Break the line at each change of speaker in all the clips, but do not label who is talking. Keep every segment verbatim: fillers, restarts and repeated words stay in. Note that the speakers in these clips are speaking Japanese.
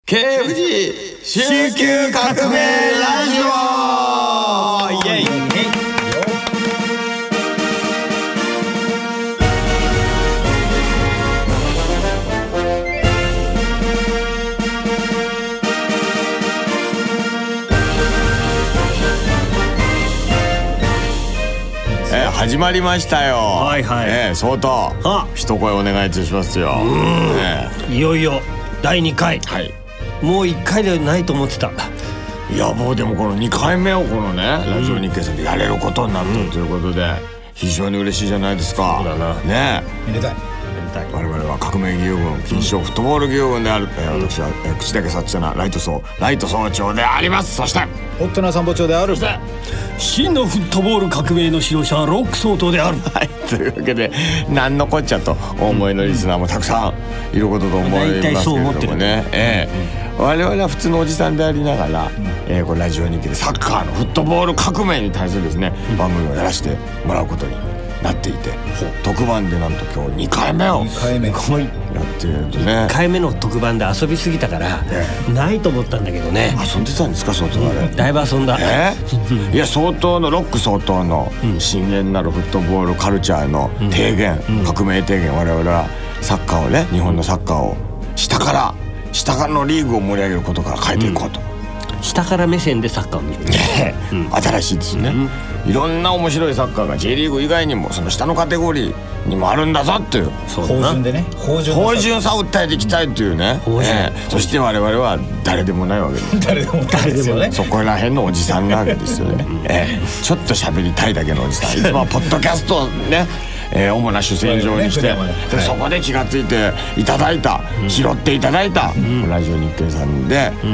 ケーエフジー 週休革命ラジオイエイ。えー、始まりましたよ。
はいはい。
えー、相当一声お願いいたしますよ。
えー、いよいよだいにかい。
はい。
もういっかいでないと思ってた。
いやもうでもこのにかいめをこのねラジオ日経さんでやれることになったということで非常に嬉しいじゃないですか。
そうだな。
ね
めでたい。
我々は革命義勇軍金賞フットボール義勇軍である、えー、私は、えー、口だけさっちゃなライト総ライト総長であります。そして
ホットな参謀長である。
真のフットボール革命の指導者ロック総統である。
はい、というわけで何のこっちゃとお思いのリスナーもたくさんいることと思いますけれどもね、えー、我々は普通のおじさんでありながら、えー、これラジオ日経でサッカーのフットボール革命に対するですね番組をやらせてもらうことになっていて、特番でなんと今日にかいめを
にかいめ
やっているとね。
いっかいめの特番で遊びすぎたから、ええ、ないと思ったんだけどね。
遊んでたんですか相当あれ。
だいぶ遊んだ。
えー、いや相当のロック相当の深淵なるフットボールカルチャーの提言、うん、革命提言。我々はサッカーをね日本のサッカーを下から下からのリーグを盛り上げることから変えていこうと、
うん、下から目線でサッカーを見る、
ねうん、新しいですね、うん、いろんな面白いサッカーが J リーグ以外にもその下のカテゴリーにもあるんだぞっていう
法順でね
法順法順さを訴えていきたいというね、うんえー、そして我々は誰でもないわけです
誰でもないですよね。
そこら辺のおじさんなわけですよね、えー、ちょっと喋りたいだけのおじさんいつもポッドキャストをねえー、主な主戦場にして、ねはい、そこで気がついていただいた、うん、拾っていただいた、うん、ラジオ日経さんで、うん、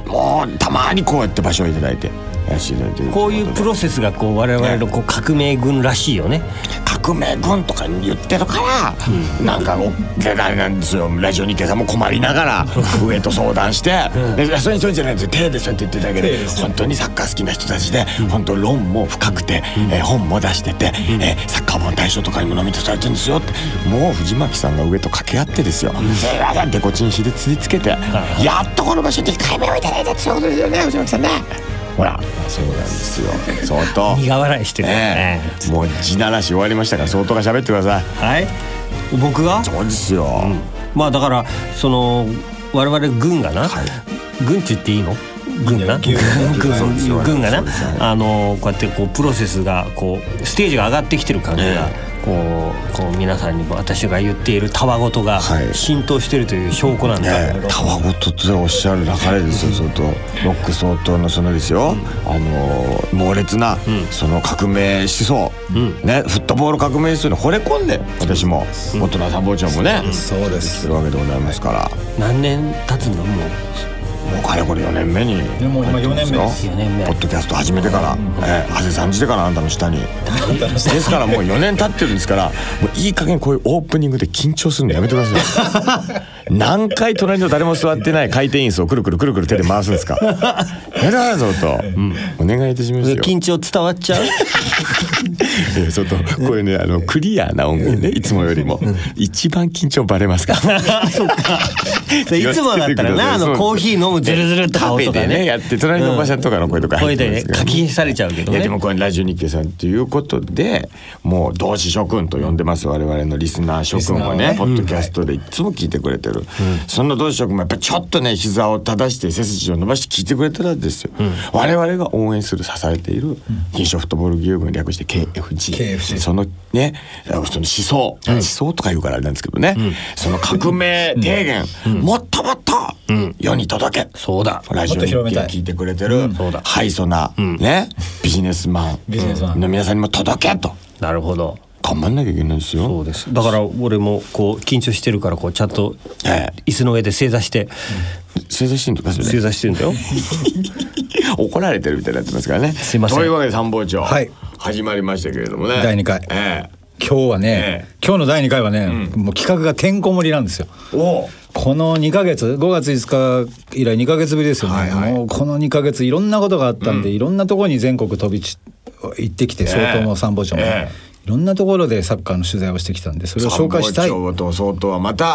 もうたまにこうやって場所をいただいてやらせていただいている
こういうプロセスがこう我々のこう革命軍らしいよね。
革命軍とか言ってるから、うん、なんかあれなんですよ。ラジオ日経さんも困りながら上と相談して、うん、でそれそうじゃないですよ。手でそうやって言ってるだけで本当にサッカー好きな人たちで、うん、本当論も深くて、うんえー、本も出してて、うんえー、サッカー本大賞とかにもノミネートされてるんですよって。もう藤巻さんが上と掛け合ってですよ、うん、それはデコチン紙でつりつけて、うん、やっとこの場所にいっかいめをいただいたってことですよね藤巻さんね。ほらそうなんですよ。相当
苦笑いしてる、
ねえー、もう地ならし終わりましたから相当が喋ってください。
はい僕が
そうですよ、うん、
まあだからその我々軍がな、はい、軍って言っていいの軍がな軍, 軍がな、あのこうやってこうプロセスがこうステージが上がってきてる感じが、えーこう、こう皆さんにも私が言っているたわごとが浸透しているという証拠なんだ、
はいね、たわごとっておっしゃる流れですよ。相当ロック相当のそのですよ、うん、あの猛烈な、うん、その革命思想、うん、ねフットボール革命思想に惚れ込んで私も大人参謀長もね、うん、
そうです
するわけでございますから。
何年経つのもう
もうかれこれよねんめに
でも今よねんめです
よねんめ
ポッドキャスト始めてから、うんえー、汗さんじてからあんたの下にですからもうよねん経ってるんですからもういい加減こういうオープニングで緊張するのやめてください何回隣の誰も座ってない回転椅子をくるくるくるくる手で回すんですかやめてくださいと、うん、お願いいたしますよ。
緊張伝わっちゃう
えちょっとこれねあのクリアな音源ねいつもよりも一番緊張バレますから
そっかいつもだったらなあのコーヒー飲むズルズルとか音とかね
やって隣のおばちゃんとかの声とか入ってますけど、
ね、書き消されちゃうけどね。
いやでもこれラジオ日経さんということでもう同志諸君と呼んでます我々のリスナー諸君をね、ねポッドキャストでいつも聞いてくれてる、うん、その同志諸君もやっぱりちょっとね膝を正して背筋を伸ばして聞いてくれてるんですよ、うん、我々が応援する支えている金賞フットボール義勇軍略して ケーエフジー、ケーエフジー そのねその思想、うん、思想とか言うからあれなんですけどね、うん、その革命提言、うん、もっともっと世に届け、うん、そうだラジオ日経聞いてくれてる、うん、ハイソな、うん、ねビジネスマンの皆さんにも届けと。
なるほど
頑張んなきゃいけないですよ。
そうです。だから俺もこう緊張してるからこうちゃんと椅子の上で正座して、
うん、正座してんのかそれ。
正座してるんだよ
怒られてるみたいになってますからね。
すいません。
というわけで参謀長、
はい、
始まりましたけれどもね
だいにかい、えー、今日はね、えー、今日のだいにかいはね、うん、もう企画がてんこ盛りなんですよ。おこのにかげつごがついつか以来にかげつぶりですよね、はいはい、もうこのにかげついろんなことがあったんで、うん、いろんなところに全国飛び散行ってきて、相当の参謀長も、ねえー、いろんなところでサッカーの取材をしてきたんでそれを紹介したい。
参謀長と相当はまた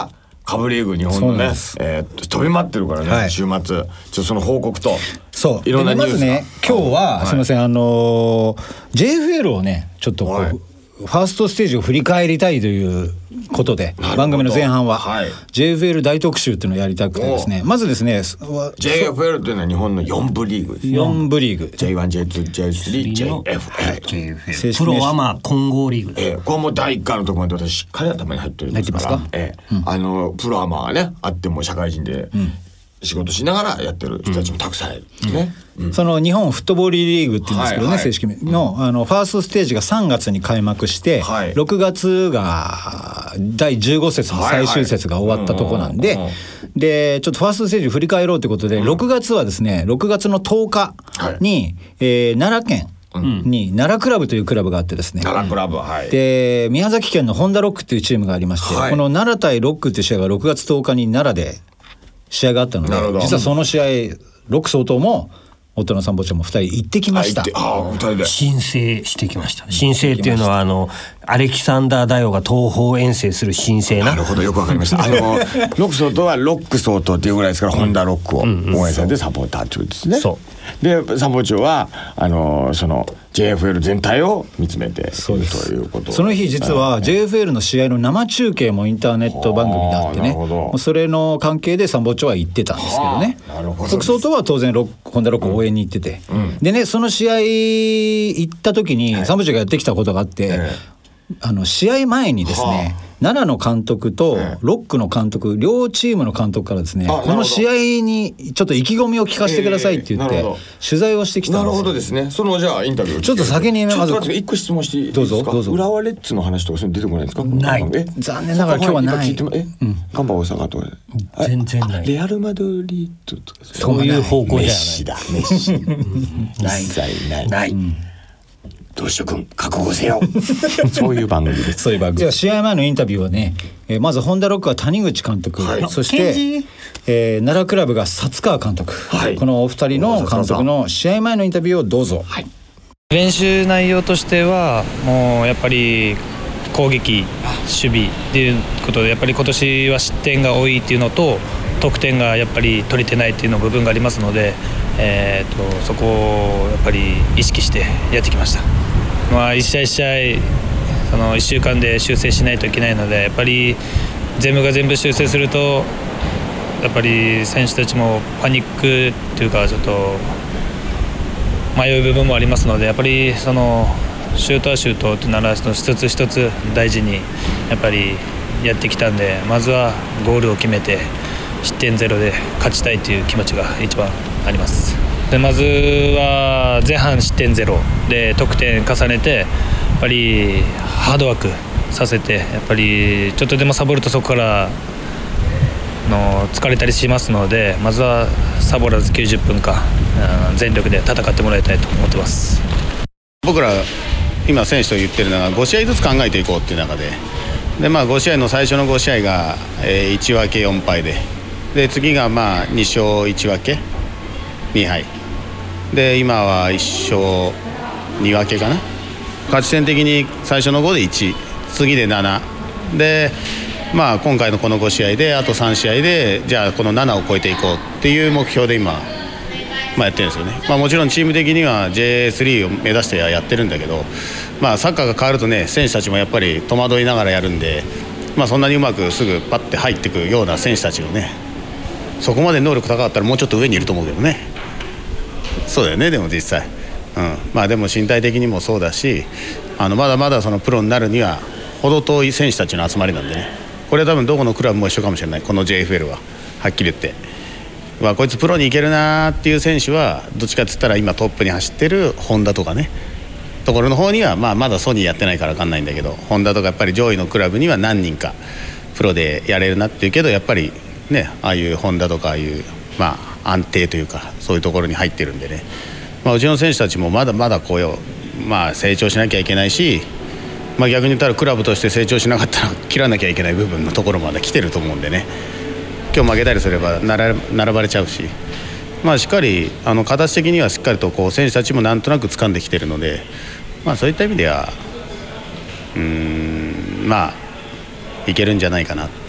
下部リーグ日本のね、えー、飛び回ってるからね、はい、週末ちょっとその報告と
そう
いろんなニュースが
まずね今日は、はい、すみませんあのー、ジェイエフエル をねちょっとこう、はい、ファーストステージを振り返りたいということで番組の前半は、はい、ジェイエフエル 大特集っていうのをやりたくてですねまずですね
ジェイエフエル というのは日本のよん部リーグですね
よん部リーグ
ジェイワン、ジェイツー、ジェイスリー、ジェイエフエル
プロはまあ混合リーグで、
えー、これもだいいっかいのところまで私しっかり頭に入ってるんですから
入ってますか、
えーうん、あのプロアマがねあっても社会人で、うん仕事しながらやってる人たちもたくさんいる、うんね
うん、その日本フットボールリーグって言うんですけどね、はいはい、正式名の、あのファーストステージがさんがつに開幕して、はい、ろくがつがだいじゅうご節の最終節が終わったとこなんで、はいはい、でちょっとファーストステージ振り返ろうということで、うん、ろくがつはですねろくがつのとおかに、はいえー、奈良県に奈良クラブというクラブがあってですね、
奈良クラブ、はい、
で宮崎県のホンダロックっていうチームがありまして、はい、この奈良対ロックっていう試合がろくがつとおかに奈良で試合があったので実はその試合ロック総統も夫の参謀長もふたり行ってきました。
申請してきました。申請っていうのはあのアレキサンダー大王が東方遠征する申請な。
なるほどよくわかりました。あのロック総統はロック総統っていうぐらいですから、うん、ホンダロックを応援されてサポーターというですね。そうで参謀長はあのその ジェイエフエル 全体を見つめているということ。
その日実は ジェイエフエル の試合の生中継もインターネット番組であってね、それの関係で参謀長は行ってたんですけどね。特捜とは当然ロックホンダロックを応援に行ってて、うん、でねその試合行った時に参謀長がやってきたことがあって、はい、あの試合前にですね、はあ奈良の監督とロックの監督両チームの監督からですねこの試合にちょっと意気込みを聞かせてくださいって言って取材をしてきたんです。
なるほどですね。そのじゃあインタビュー
ちょっと先にまず
一個質問していいですか。
どうぞどうぞ。
浦和レッズの話とかそういうの出てこないですか。
ないえ残念ながら今日はない。
えガンバ大阪とか
全然ない。
レアルマドリードとか
そういう方向じゃない。メッ
シだメッシ
ない
一切ない
ない
どうしよくん覚悟せよそういう番組です。
そういう番組。じゃあ試合前のインタビューはね、えー、まずホンダロックは谷口監督、はい、そして、えー、奈良クラブが薩川監督、はい、このお二人の監督の試合前のインタビューをどうぞ。はい、
練習内容としてはもうやっぱり攻撃守備っていうことでやっぱり今年は失点が多いっていうのと得点がやっぱり取れてないっていうの部分がありますので、えー、とそこをやっぱり意識してやってきました。まあ、一試合一試合そのいっしゅうかんで修正しないといけないのでやっぱり全部が全部修正するとやっぱり選手たちもパニックというかちょっと迷う部分もありますのでやっぱりそのシュートはシュートとなら一つ一つ大事にやっぱりやってきたんでまずはゴールを決めて失点ゼロで勝ちたいという気持ちが一番あります。でまずは前半失点ゼロで得点重ねてやっぱりハードワークさせてやっぱりちょっとでもサボるとそこからの疲れたりしますのでまずはサボらずきゅうじゅっぷんかん全力で戦ってもらいたいと思ってます。
僕ら今選手と言ってるのがご試合ずつ考えていこうっていう中でで、まあ、ご試合の最初のご試合が、えー、いち分けよん敗でで次がまあに勝いち分けに敗で今はいっ勝に分けかな。勝ち点的に最初のごでいち次でななで、まあ、今回のこのご試合であとさん試合でじゃあこのななを超えていこうっていう目標で今、まあ、やってるんですよね。まあ、もちろんチーム的には ジェイエースリー を目指してやってるんだけど、まあ、サッカーが変わるとね選手たちもやっぱり戸惑いながらやるんで、まあ、そんなにうまくすぐパッて入ってくるような選手たちのねそこまで能力高かったらもうちょっと上にいると思うけどね。そうだよね。でも実際、うん、まあでも身体的にもそうだしあのまだまだそのプロになるには程遠い選手たちの集まりなんでねこれは多分どこのクラブも一緒かもしれないこの ジェイエフエル ははっきり言って、まあ、こいつプロに行けるなっていう選手はどっちかって言ったら今トップに走ってるホンダとかねところの方には、まあ、まだソニーやってないから分かんないんだけどホンダとかやっぱり上位のクラブには何人かプロでやれるなっていうけどやっぱりねああいうホンダとかああいうまあ安定というかそういうところに入ってるんでね、まあ、うちの選手たちもまだまだこうよ、まあ、成長しなきゃいけないし、まあ、逆に言ったらクラブとして成長しなかったら切らなきゃいけない部分のところまで来てると思うんでね今日負けたりすれば並ばれちゃうし、まあ、しっかりあの形的にはしっかりとこう選手たちもなんとなく掴んできてるので、まあ、そういった意味ではうーんまあいけるんじゃないかなっていう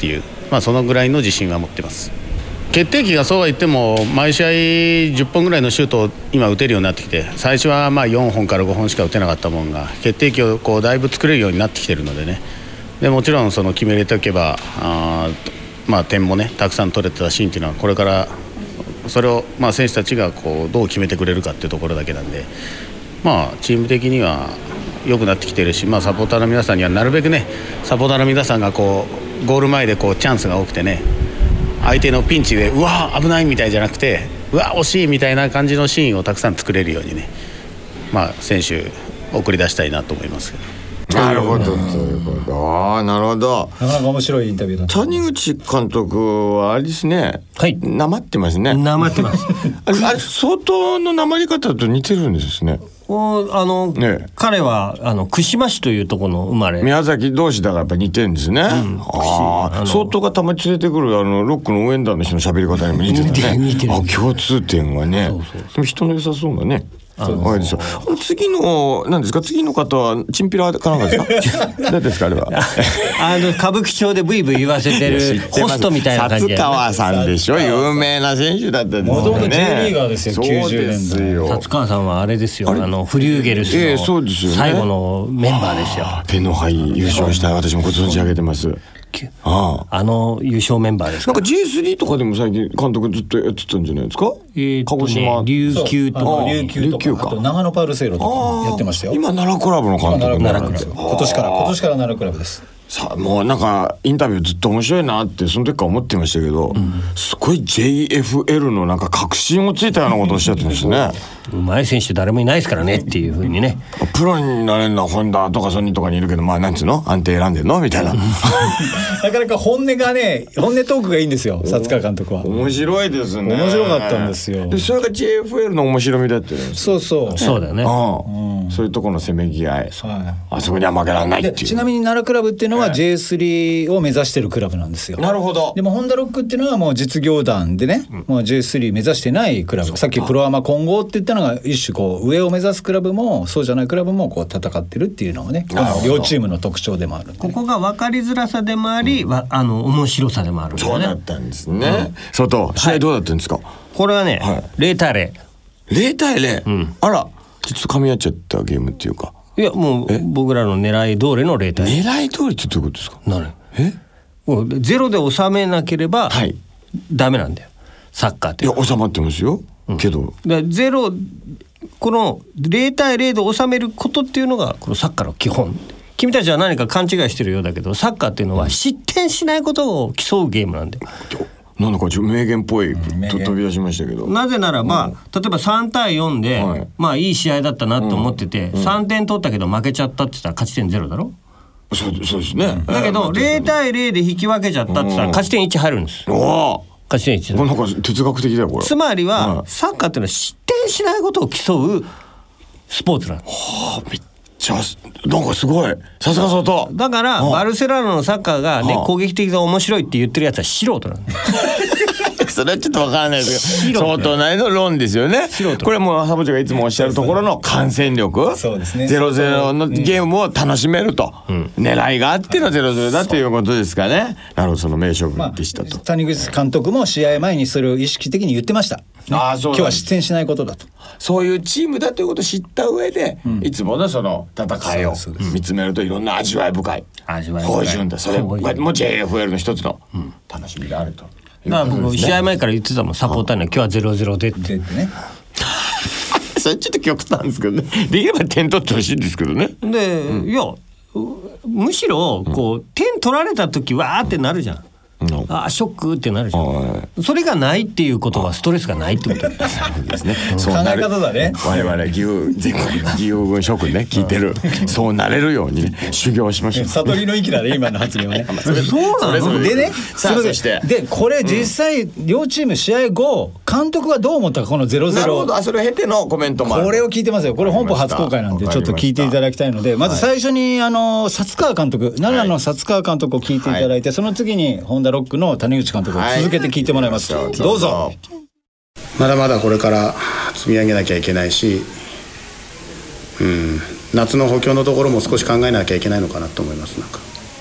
まあ、そのぐらいの自信は持ってます。決定機がそうは言っても毎試合じゅっぽんぐらいのシュートを今打てるようになってきて、最初はまあよんほんからごほんしか打てなかったもんが決定機をこうだいぶ作れるようになってきてるのでね。でもちろんその決めれておけばあ、まあ、点もねたくさん取れてたシーンっていうのはこれからそれをまあ選手たちがこうどう決めてくれるかっていうところだけなんで、まあチーム的には良くなってきてるし、まあ、サポーターの皆さんにはなるべくねサポーターの皆さんがこうゴール前でこうチャンスが多くてね、相手のピンチでうわ危ないみたいじゃなくてうわ惜しいみたいな感じのシーンをたくさん作れるようにね、まあ選手送り出したいなと思いますけど。
なるほど、そういうこと。ああ、なるほど。
なかなか面白いインタビューだった。
谷口監督はあれですね。
はい。
なまってますね。
なまってます。
あれ、あれ相当のなまり方と似てるんですね。
おあの、
ね、
彼はあの串間市というところの生まれ。
宮崎同士だからやっぱ似てるんですね。うん、ああ、相当がたまに連れてくるあのロックの応援団の人の喋り方にも似てたね。似てる。あ、共通点がね。そうそうそう。でも人の良さそうなね。あのー、ですよ。次の何ですか、次の方はチンピラかなんかですか誰ですかあれは。
あの歌舞伎町でブイブイ言わせてるホストみたいな感じで、
薩川さんでしょ、有名な選手だったんですよね。
もともと J リーガーですよ。きゅうじゅうねんだい。
薩川さんはあれですよ、あのフリューゲルスの最後のメンバーですよ。
天皇杯優勝した私もご存じ上げてます。
あ, あの優勝メンバーですか。
なんか ジェイスリー とかでも最近監督ずっとやってたんじゃないですか。
えー、とね、鹿児島
琉球とか琉球とかあと長野パルセイロとかやってましたよ。
今奈良クラブの監督になるんですよ。
今年から今年から奈良クラブです。
さあもうなんかインタビューずっと面白いなってその時から思ってましたけど、うん、すごい ジェイエフエル のなんか確信をついたようなことをおっしゃってるんですね。
うまい選手誰もいないですからねっていうふうにね。
プロになれるのはホンダとかソニーとかにいるけど、まあなんつうの安定選んでるのみたいな。
なかなか本音がね、本音トークがいいんですよ、薩川監督は。
面白いですね。
面白かったんですよ。
でそれが ジェイエフエル の面白みだってるんです。
そうそう。
そうだよね。
うんうん、そういうところのせめぎ合い、はい、あそこには負けられないっていう。
ちなみに奈良クラブっていうのは ジェイスリー を目指してるクラブなんですよ。
なるほど。
でもホンダロックっていうのはもう実業団でね、うん、もう ジェイスリー 目指してないクラブ。さっきプロアマ混合って言ったのが一種こう上を目指すクラブもそうじゃないクラブもこう戦ってるっていうのがね、両チームの特徴でもあるんで、ね、
ここが分かりづらさでもあり、うん、あの面白さでもあるんでね。
そうだったんですね、うん、外試合どうだったんですか。はい、
これはね、はい、ゼロたいゼロ。
ゼロたいゼロ、うん、あらちょっと噛み合っちゃったゲームっていうか。
いやもう僕らの狙い通りのゼロたいゼロ。
狙い通りってどういうことですか。
なる
え
もうゼロで収めなければダメなんだよ、サッカーって。
いや収まってますよ、うん、けど
だゼロこのゼロたいゼロで収めることっていうのがこのサッカーの基本。君たちは何か勘違いしてるようだけど、サッカーっていうのは失点しないことを競うゲームなんだよ。
なんだかちょっと名言っぽいと飛び出しましたけど、
なぜならば、うん、例えばさんたいよんで、はい、まあいい試合だったなと思ってて、うん、さんてん取ったけど負けちゃったって言ったら勝ち点ゼロだろ。
そう、そうですね。
だけどゼロたいゼロで引き分けちゃったって言ったら勝ち点いち入るんです。
お
勝ち点いち。
なんか哲学的だよこれ。
つまりは、はい、サッカーっていうのは失点しないことを競うスポーツなんです。
はあ、めっちゃなんかすごい。さすが外。
だからバルセロナのサッカーが、ね、攻撃的で面白いって言ってるやつは素人なんです。
それはちょっとわからないですけど相当なりの論ですよね。これはもうサボちゃんがいつもおっしゃるところの感染力。
そうですね。
ゼロゼロのゲームを楽しめると、うん、狙いがあってのゼロゼロだということですかね。なるほど、その名勝負でしたと、
まあ、谷口監督も試合前にそれを意識的に言ってました、ね、あそう今日は失点しないことだと。
そういうチームだということを知った上で、うん、いつものその戦いを見つめるといろんな味わい深い
味わい深い
芳醇だ。それも ジェイエフエル の一つの楽しみがあると、
うん、だから僕試合前から言ってたもん、サポーターには今日はゼロゼロでってね。
それちょっと極端ですけどね。できれば点取ってほしいんですけどね。
で、うん、いやむしろこう、うん、点取られた時わーってなるじゃん。あショックってなるじゃん。それがないっていうことはストレスがないってこと
ですね。
そう考え方だね。
我々義勇全国義勇軍諸君ね聞いてるそうなれるように、ね、修行しましょう。
悟りの域だね今の発言はね。
そうなの
でね。さあそしてでこれ実際、うん、両チーム試合後監督はどう思ったかこのゼロゼロ。
なるほど。あそれを経てのコメントもある。
これを聞いてますよ。これ本邦初公開なんでちょっと聞いていただきたいので、まず最初にあの薩川監督奈良の薩川監督を聞いていただいて、はい、その次にホンダロックの谷口監督を続けて聞いてもらいます、はい、どうぞ。
まだまだこれから積み上げなきゃいけないし、うん、夏の補強のところも少し考えなきゃいけないのかなと思います。なんか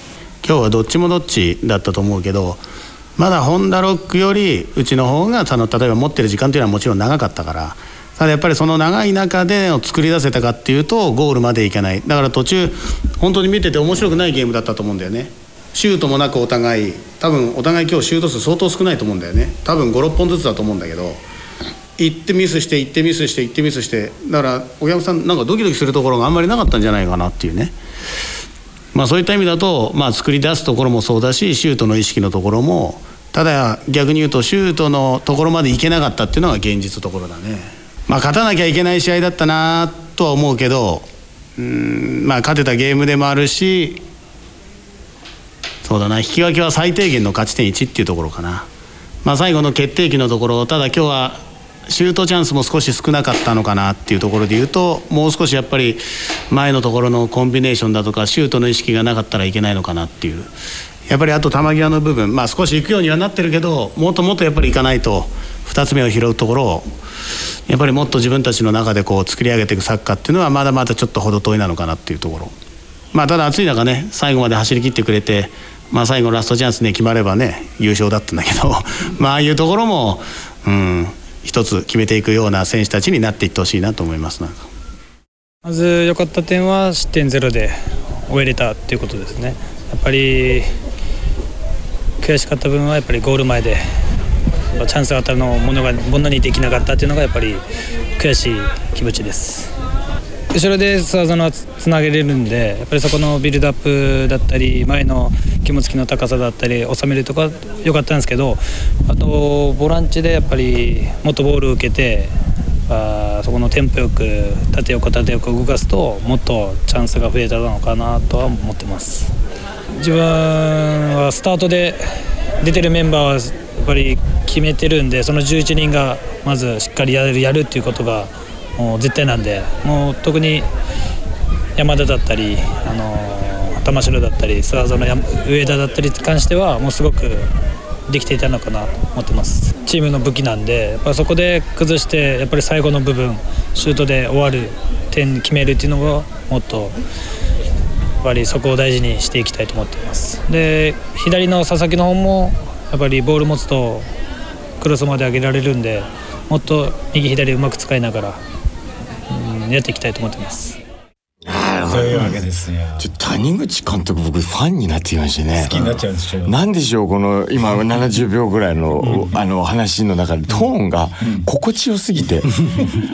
今日はどっちもどっちだったと思うけど、まだホンダロックよりうちの方がたの例えば持ってる時間というのはもちろん長かったから、ただやっぱりその長い中で作り出せたかっていうとゴールまでいけない。だから途中本当に見てて面白くないゲームだったと思うんだよね。シュートもなくお互い多分お互い今日シュート数相当少ないと思うんだよね。多分ごろっぽんずつだと思うんだけど、行ってミスして行ってミスして行ってミスして、だからお客さんなんかドキドキするところがあんまりなかったんじゃないかなっていうね。まあそういった意味だと、まあ、作り出すところもそうだしシュートの意識のところも、ただ逆に言うとシュートのところまでいけなかったっていうのが現実のところだね。まあ勝たなきゃいけない試合だったなとは思うけど、うーんまあ勝てたゲームでもあるし、そうだな、引き分けは最低限の勝ち点いちっていうところかな。まあ最後の決定機のところ、ただ今日はシュートチャンスも少し少なかったのかなっていうところでいうと、もう少しやっぱり前のところのコンビネーションだとかシュートの意識がなかったらいけないのかなっていう。やっぱりあと球際の部分、まあ少し行くようにはなってるけど、もっともっとやっぱり行かないとふたつめを拾うところをやっぱりもっと自分たちの中でこう作り上げていくサッカーっていうのはまだまだちょっと程遠いなのかなっていうところ。まあただ暑い中ね、最後まで走り切ってくれて、まあ最後ラストチャンスね決まればね優勝だったんだけどまあああいうところもうん一つ決めていくような選手たちになっていってほしいなと思います。なんか
まず良かった点は失点ゼロで終えれたっていうことですね。やっぱり悔しかった分はやっぱりゴール前でチャンスがあったのものがものにできなかったっていうのがやっぱり悔しい気持ちです。後ろでスワザノはつなげれるんで、やっぱりそこのビルドアップだったり前の気持ちの高さだったり収めるとか良かったんですけど、あとボランチでやっぱりもっとボールを受けて、あそこのテンポよく縦横縦横動かすともっとチャンスが増えたのかなとは思ってます。自分はスタートで出てるメンバーはやっぱり決めてるんで、そのじゅういちにんがまずしっかりやるやるっていうことがもう絶対なんで、もう特に山田だったりあの玉城だったり諏訪園上田だったりに関してはもうすごくできていたのかなと思ってます。チームの武器なんで、やっぱそこで崩してやっぱり最後の部分シュートで終わる点決めるっていうのがもっとやっぱりそこを大事にしていきたいと思っています。で左の佐々木の方もやっぱりボール持つとクロスまで上げられるんで、もっと右左うまく使いながら、うん、やっていきたいと思ってます。
というわけですよ。
ちょっと谷口監督僕ファンになってきましてね。
好きになっちゃうんでしょう。
なんでしょうこの今ななじゅうびょうぐらいの、うん、あの話の中でトーンが心地よすぎて、うん、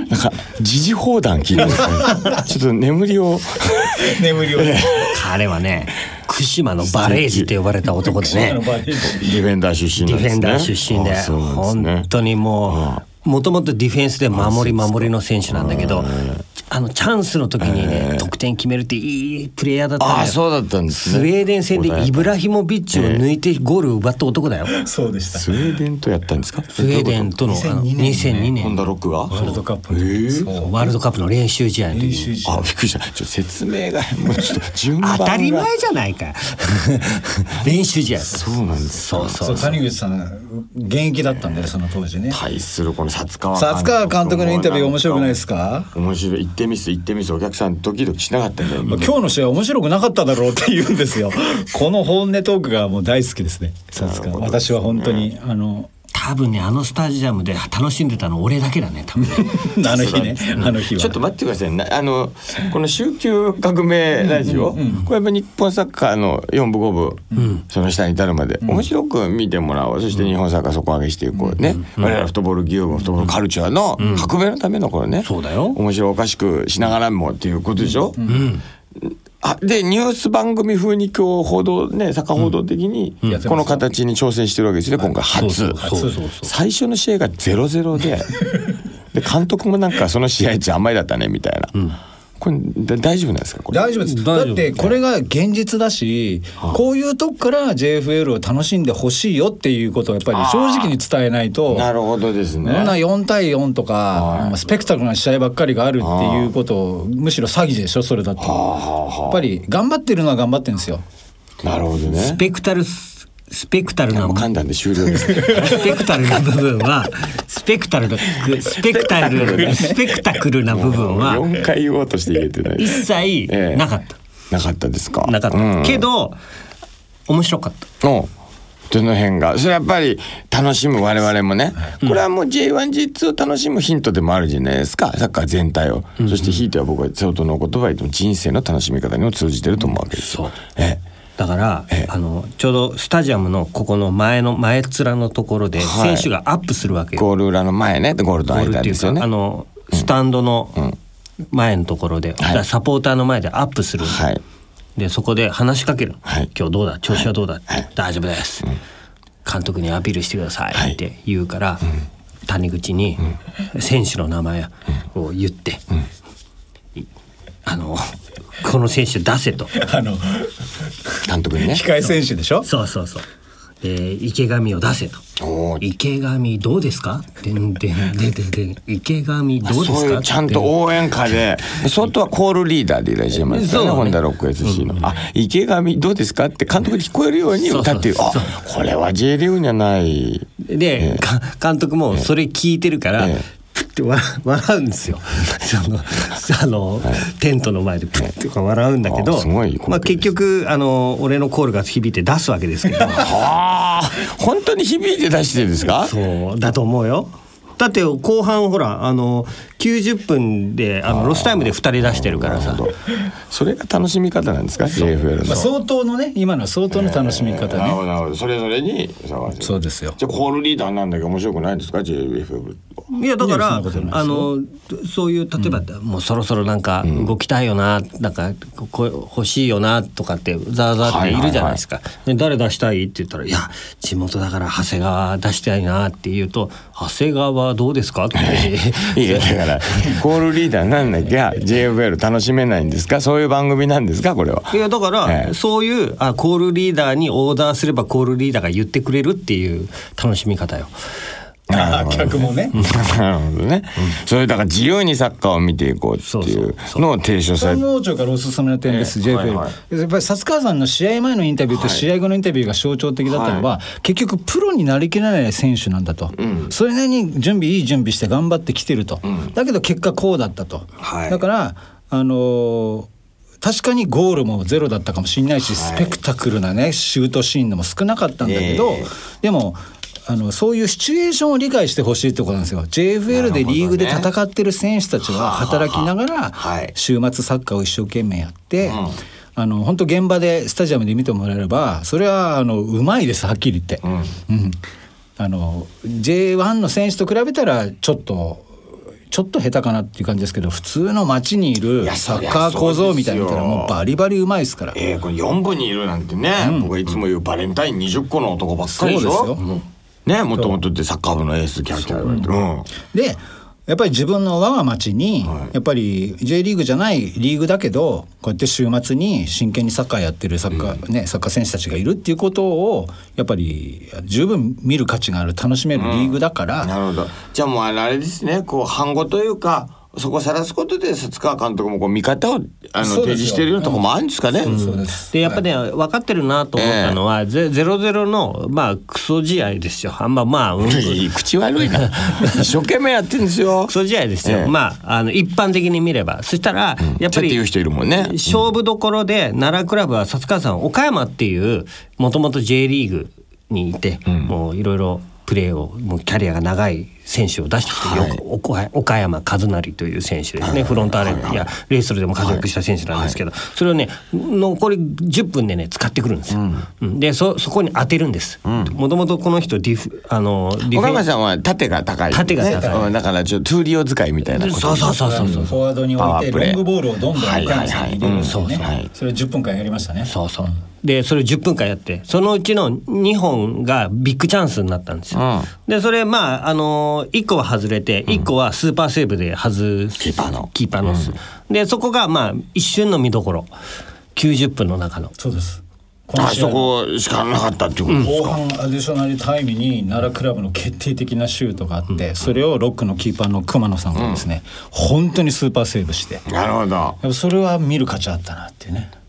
なんか時事放談聞いてるんですよちょっと眠りを
眠りを
彼はね福島のバレージって呼ばれた男でね、デ
ィフェンダー出身なんですね。
ディフェンダー出身で、本当にもうもともとディフェンスで守り守りの選手なんだけど、あのチャンスの時にね、えー、得点決めるっていいプレイヤーだったんだよ。
あ、そうだったんですね。
スウェーデン戦でイブラヒモビッチを抜いてゴールを奪った男だよ、えー、
そうでした。
スウェーデンとやったんですか。
スウェーデンとのにせんにねん
ホンダロックが
ワールドカップ、
えー、
ワールドカップの練習試合の時に。
あ、びっくりした。ちょっと説明がもうちょっと順番が
当たり前じゃないか練習試合。
そうなんです。
そうそうそう。谷口さん現役だったんだよその当時ね。
対するこの薩川
薩川監督のインタビュー面白くないですか。
面白い。行ってみす行ってみすお客さんドキドキしなかったんだよ。
今日の試合面白くなかっただろうって言うんですよこの本音トークがもう大好きですね薩川。私は本当にあの
多分ねあのスタジアムで楽しんでたの俺だけだね多分ね
あの日ねあの日は。
ちょっと待ってくださいね。あのこの週休革命ラジオ、うんうんうん、これやっぱ日本サッカーのよんぶごぶ、うん、その下に至るまで面白く見てもらおう、うん、そして日本サッカー底上げしていこうね、うん、我々フットボール技術フットボールカルチャーの革命のためのこれね、うん、
そうだよ。面
白おかしくしながらもっていうことでしょ、うんうんあでニュース番組風に今日報道ねサッカー報道的にこの形に挑戦してるわけですね、うん、今回初。最初の試合がゼロゼロでで監督もなんかその試合邪魔だったねみたいな、うんこれ大丈夫なんですか。これ
大丈夫です。だってこれが現実だし、はあ、こういうとこから ジェイエフエル を楽しんでほしいよっていうことをやっぱり正直に伝えないと。
なるほどですね。
こんなよんたいよんとか、はあ、スペクタクルな試合ばっかりがあるっていうことを、はあ、むしろ詐欺でしょそれだと、はあ、やっぱり頑張ってるのは頑張ってるんですよ。
なるほどね。
スペクタルスペクタルな
簡単で終了ですね
スペクタルな部分はスペクタルなスペクタルスペクタクルな部分は
よんかい言おうとして言えてない。
一切なかった、
ええ、なかったですか。
なかった、うん、けど面白かった。
おどの辺がそれやっぱり楽しむ我々もね、これはもう ジェイワンジェイツー を楽しむヒントでもあるじゃないですか、サッカー全体を、うんうん、そしてひいては僕は瀬戸の言葉でも人生の楽しみ方にも通じてると思うわけですよ、うん、え
だからあのちょうどスタジアムのここの前の前面のところで選手がアップするわけよ、
はい、ゴール裏の前ね、ゴールの間ですよね、
あのスタンドの前のところで、うん、サポーターの前でアップする、はい、でそこで話しかける、はい、今日どうだ調子はどうだ、はい、大丈夫です、うん、監督にアピールしてくださいって言うから、はい、谷口に選手の名前を言って、うん、あのこの選手出せと
あの
監督にね、
控え選手でしょ、
そうそうそう、えー、池上を出せと。池上どうですかでんでんでんでんでん池上どうですか、
そういうちゃんと応援歌で外はコールリーダーでいらっしゃいますからね、ホンダロック エスシー の、うん、あ池上どうですかって監督に聞こえるように歌っていう、あこれは J リーグにはない
で、えー、監督もそれ聞いてるから、えープッて笑うんですよそのあの、はい、テントの前でプッて笑うんだけど、あまあ、結局あの俺のコールが響いて出すわけですけど
はあ本当に響いて出してるんですか。
そうだと思うよ。だって後半ほらあのきゅうじゅっぷんであのロスタイムでふたり出してるからさ、
それが楽しみ方なんですか ジェイエフエル の、
まあ、相当のね今のは相当の楽しみ方ね、えー、なるほど
なるほど、それぞれに
そうですよ。
じゃあコールリーダーなんだけど面白くないんですか ジェイエフエル。
いやだからあのそういう例えば、うん、もうそろそろなんか動きたいよな、うん、なんかこ欲しいよなとかってザーザーっているじゃないですか、はいはいはい、で誰出したいって言ったらいや地元だから長谷川出したいなって言うと長谷川どうですかって
いやだからコールリーダーなんだけど ジェイエフエル 楽しめないんですか、そういう番組なんですかこれは。
いやだから、えー、そういうあコールリーダーにオーダーすればコールリーダーが言ってくれるっていう楽しみ方よ。
あ客もね
なるほどね、うん、それだから自由にサッカーを見ていこうっていうのを提唱されて、
総長からおすすめの点です、えー、ジェイエフエル、はいはい、やっぱり薩川さんの試合前のインタビューと試合後のインタビューが象徴的だったのは、はい、結局プロになりきれない選手なんだと、うん、それなりに準備いい準備して頑張ってきてると、うん、だけど結果こうだったと、はい、だからあのー確かにゴールもゼロだったかもしれないし、はい、スペクタクルなねシュートシーンでも少なかったんだけど、えー、でもあのそういうシチュエーションを理解してほしいってことなんですよ。 ジェイエフエル でリーグで戦ってる選手たちは働きながら週末サッカーを一生懸命やって、うん、あの本当現場でスタジアムで見てもらえればそれはあのうまいです、はっきり言って、うんうん、あの ジェイワン の選手と比べたらちょっとちょっと下手かなっていう感じですけど、普通の街にいるサッカー小僧みたいなのはもうバリバリうまいですから。
えー、これよんぶにいるなんてね、うん、僕はいつも言うバレンタインにじゅっこの男ばっかりでしょ。そうですよ、うんね、もともとってサッカー部のエースキャーキャー言われてる、うん、
でやっぱり自分の我が町に、はい、やっぱり J リーグじゃないリーグだけどこうやって週末に真剣にサッカーやってるサッカー、うんね、サッカー選手たちがいるっていうことをやっぱり十分見る価値がある楽しめるリーグだから、
うん、なるほど。じゃあもうあれですね、こう反語というかそこを晒すことで薩川監督もこう見方をあの提示しているようなところもあるんですかね。
うん、そうです。でやっぱね分かってるなと思ったのは、えー、ゼロゼロのまあクソ試合ですよ。あんままあ、うん、
口悪いな一生懸命やってるんですよ。
クソ試合ですよ、えー、まああの一般的に見ればそしたら、うん、やっぱり
いう人いるもんね、
勝負どころで奈良クラブは薩川さん岡山っていうもともと J リーグにいて、うん、もういろいろプレーをもうキャリアが長い選手を出してきて、はい、よく岡山和成という選手ですね、はい、フロンターレ、はい、やレイソルでも活躍した選手なんですけど、はい、それをね残りじゅっぷんでね使ってくるんですよ、うん、で そ, そこに当てるんです。もともとこの人ディフあのディフ
岡山さんは縦が高い、ね、
縦が高い、
だからちょっとトゥーリオ使いみたいなこと。
そうそうそうそうそう、
フォワードに置いてロングボールをどんどん岡山さんに入れるんですよね。それじゅっぷんかんやりましたね。
そうそう、でそれじゅっぷんかんやってそのうちのにほんがビッグチャンスになったんですよ、うん、でそれまああのいっこは外れていっこはスーパーセーブで外す、うん、キーパーのキーパーの、うん、でそこがまあ一瞬の見どころきゅうじゅっぷんの中の。
そうです。
あそこしかなかったっていうことですか。
後半アディショナルタイムに奈良クラブの決定的なシュートがあって、うん、それをロックのキーパーの熊野さんがですね、うん、本当にスーパーセーブして。
なるほど。
やっぱそれは見る価値あったなっていうね。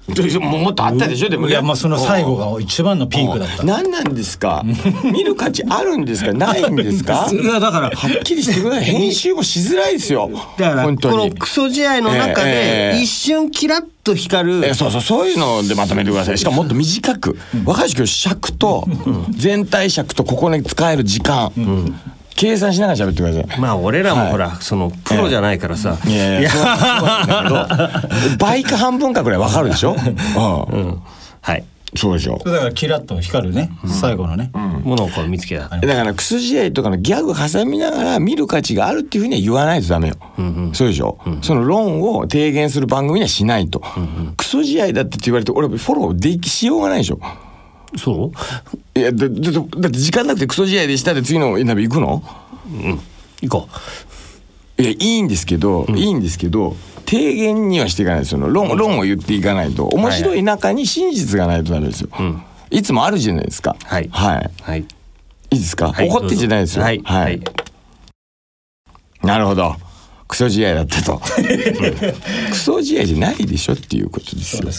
もっとあったでしょ。でも
いやまあその最後が一番のピークだった。
何なんですか見る価値あるんですかないんですか。
いやだから
はっきりしてください。編集もしづらいですよ。
だから
本当に
このクソ試合の中で一瞬キラッと光る、
えー、そうそうそういうのでまとめてください。しかももっと短く分かるけど尺と全体尺とここに使える時間、うん計算しながら喋ってください。
まあ俺らもほら、はい、そのプロじゃないからさ、
えー、いやいやそうなんだけど倍か半分かぐらい分かるでしょ、うんうん、
はい
そうでしょ。
だからキラッと光るね、うん、最後のね、
うん、ものをこう見つけた。
だからクソ試合とかのギャグ挟みながら見る価値があるっていうふうには言わないとダメよ、うんうん、そうでしょ、うんうん、その論を提言する番組にはしないと、うんうん、クソ試合だってって言われて俺フォローできしようがないでしょ。
そう
いや だ, だ, だって時間なくてクソ試合でしたで次のインタビュー行くの。
うん行こ
う。いやいいんですけど、うん、いいんですけど提言にはしていかないですよ。論論を言っていかないと面白い中に真実がないとダメですよ、はいはい、いつもあるじゃないですか。
はい
はい、はい、いいですか、はい、怒ってんじゃないですよ。
はい、はいはい、
なるほどクソ試合だったとクソ試合じゃないでしょっていうことですよ。そうです、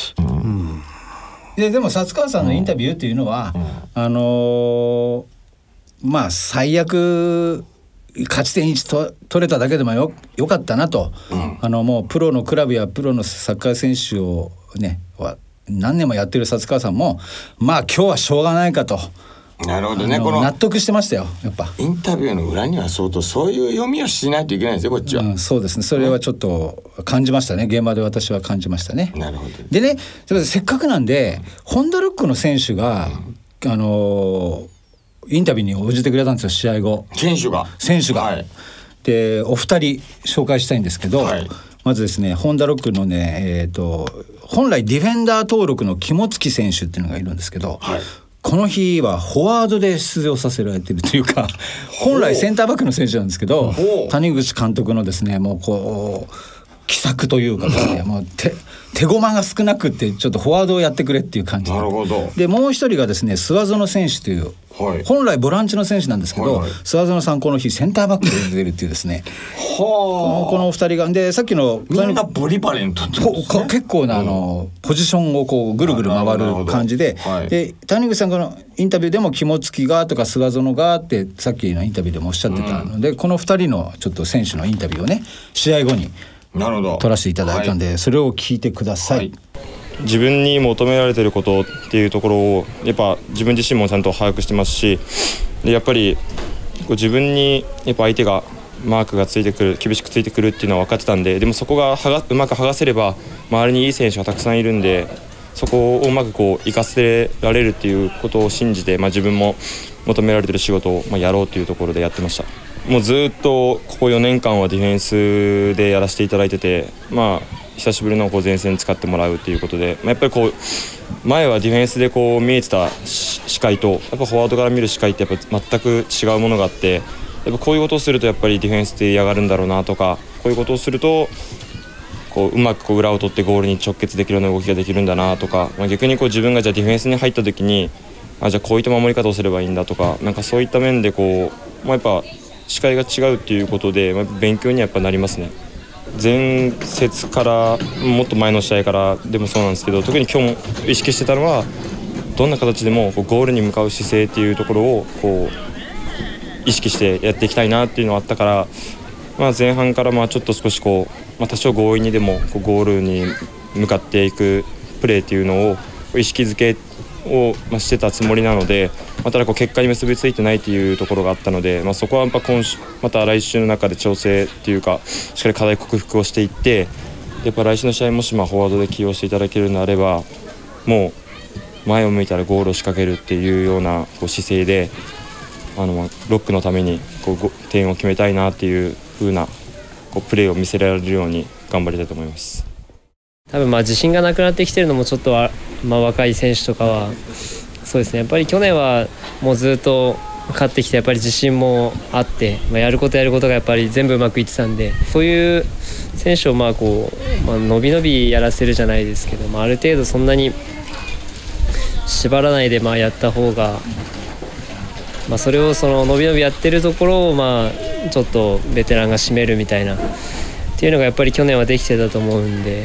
うんうん、
で, でも薩川さんのインタビューっていうのは、うん、あのー、まあ最悪勝ち点いちと取れただけでも よ, よかったなと、うん、あのもうプロのクラブやプロのサッカー選手をねは何年もやってる薩川さんもまあ今日はしょうがないかと。
なるほどね。この
納得してましたよやっぱ。
インタビューの裏には相当そういう読みをしないといけないんですよこっちは、
うん、そうですね。それはちょっと感じましたね。現場で私は感じましたね。
なるほど。
でねせっかくなんでホンダロックの選手が、うん、あのーインタビューに応じてくれたんですよ試合後。
選手が
選手が、はい、でお二人紹介したいんですけど、はい、まずですねホンダロックのね、えーと、本来ディフェンダー登録の肝付選手っていうのがいるんですけど、はい、この日はフォワードで出場させられてるというか本来センターバックの選手なんですけど谷口監督のですねもうこう奇策というかですねもう 手, 手駒が少なくってちょっとフォワードをやってくれっていう感じで。
なるほど。で
もう一人がですね諏訪園選手という、はい、本来ボランチの選手なんですけど、はいはい、諏訪園さんこの日センターバックで出てるっていうですねはこの二人がでさっきの
みんなボリバレントってことですね。
結構なあの、うん、ポジションをこうぐるぐる回る感じで、はい、で谷口さんのインタビューでも肝付がとか諏訪園がってさっきのインタビューでもおっしゃってたので、うん、この二人のちょっと選手のインタビューをね試合後に
なるほど
撮らせていただいたんで、はい、それを聞いてください、はい、
自分に求められていることっていうところをやっぱ自分自身もちゃんと把握してますしでやっぱりこう自分にやっぱ相手がマークがついてくる厳しくついてくるっていうのは分かってたんででもそこがはがうまく剥がせれば周りにいい選手がたくさんいるんでそこをうまくこう生かせられるっていうことを信じて、まあ、自分も求められている仕事をまあやろうというところでやってました。もうずっとここよねんかんはディフェンスでやらせていただいてて、まあ、久しぶりのこう前線に使ってもらうということで、まあ、やっぱりこう前はディフェンスでこう見えてた視界とやっぱフォワードから見る視界ってやっぱ全く違うものがあってやっぱこういうことをするとやっぱりディフェンスって嫌がるんだろうなとかこういうことをするとこううまくこう裏を取ってゴールに直結できるような動きができるんだなとか、まあ、逆にこう自分がじゃあディフェンスに入った時にあじゃあこういった守り方をすればいいんだとかなんかそういった面でこう、まあ、やっぱ視界が違うっていうことで、まあ、勉強にはやっぱなりますね。前節からもっと前の試合からでもそうなんですけど特に今日も意識してたのはどんな形でもこうゴールに向かう姿勢っていうところをこう意識してやっていきたいなっていうのがあったから、まあ、前半からまあちょっと少しこう、まあ、多少強引にでもこうゴールに向かっていくプレーっていうのを意識づけをしてたつもりなので、まあ、ただこう結果に結びついてないというところがあったので、まあ、そこはやっぱ今週また来週の中で調整っていうかしっかり課題克服をしていってやっぱ来週の試合もしまあフォワードで起用していただけるのであればもう前を向いたらゴールを仕掛けるっていうようなこう姿勢であのロックのためにこう点を決めたいなっていう風なこうプレーを見せられるように頑張りたいと思います。
多分まあ自信がなくなってきてるのもちょっとは、まあ、若い選手とかはそうですねやっぱり去年はもうずっと勝ってきてやっぱり自信もあって、まあ、やることやることがやっぱり全部うまくいってたんでそういう選手をまあこう、まあ、伸び伸びやらせるじゃないですけど、まあ、ある程度そんなに縛らないでまあやった方が、まあ、それをその伸び伸びやってるところをまあちょっとベテランが占めるみたいなっていうのがやっぱり去年はできてたと思うんで。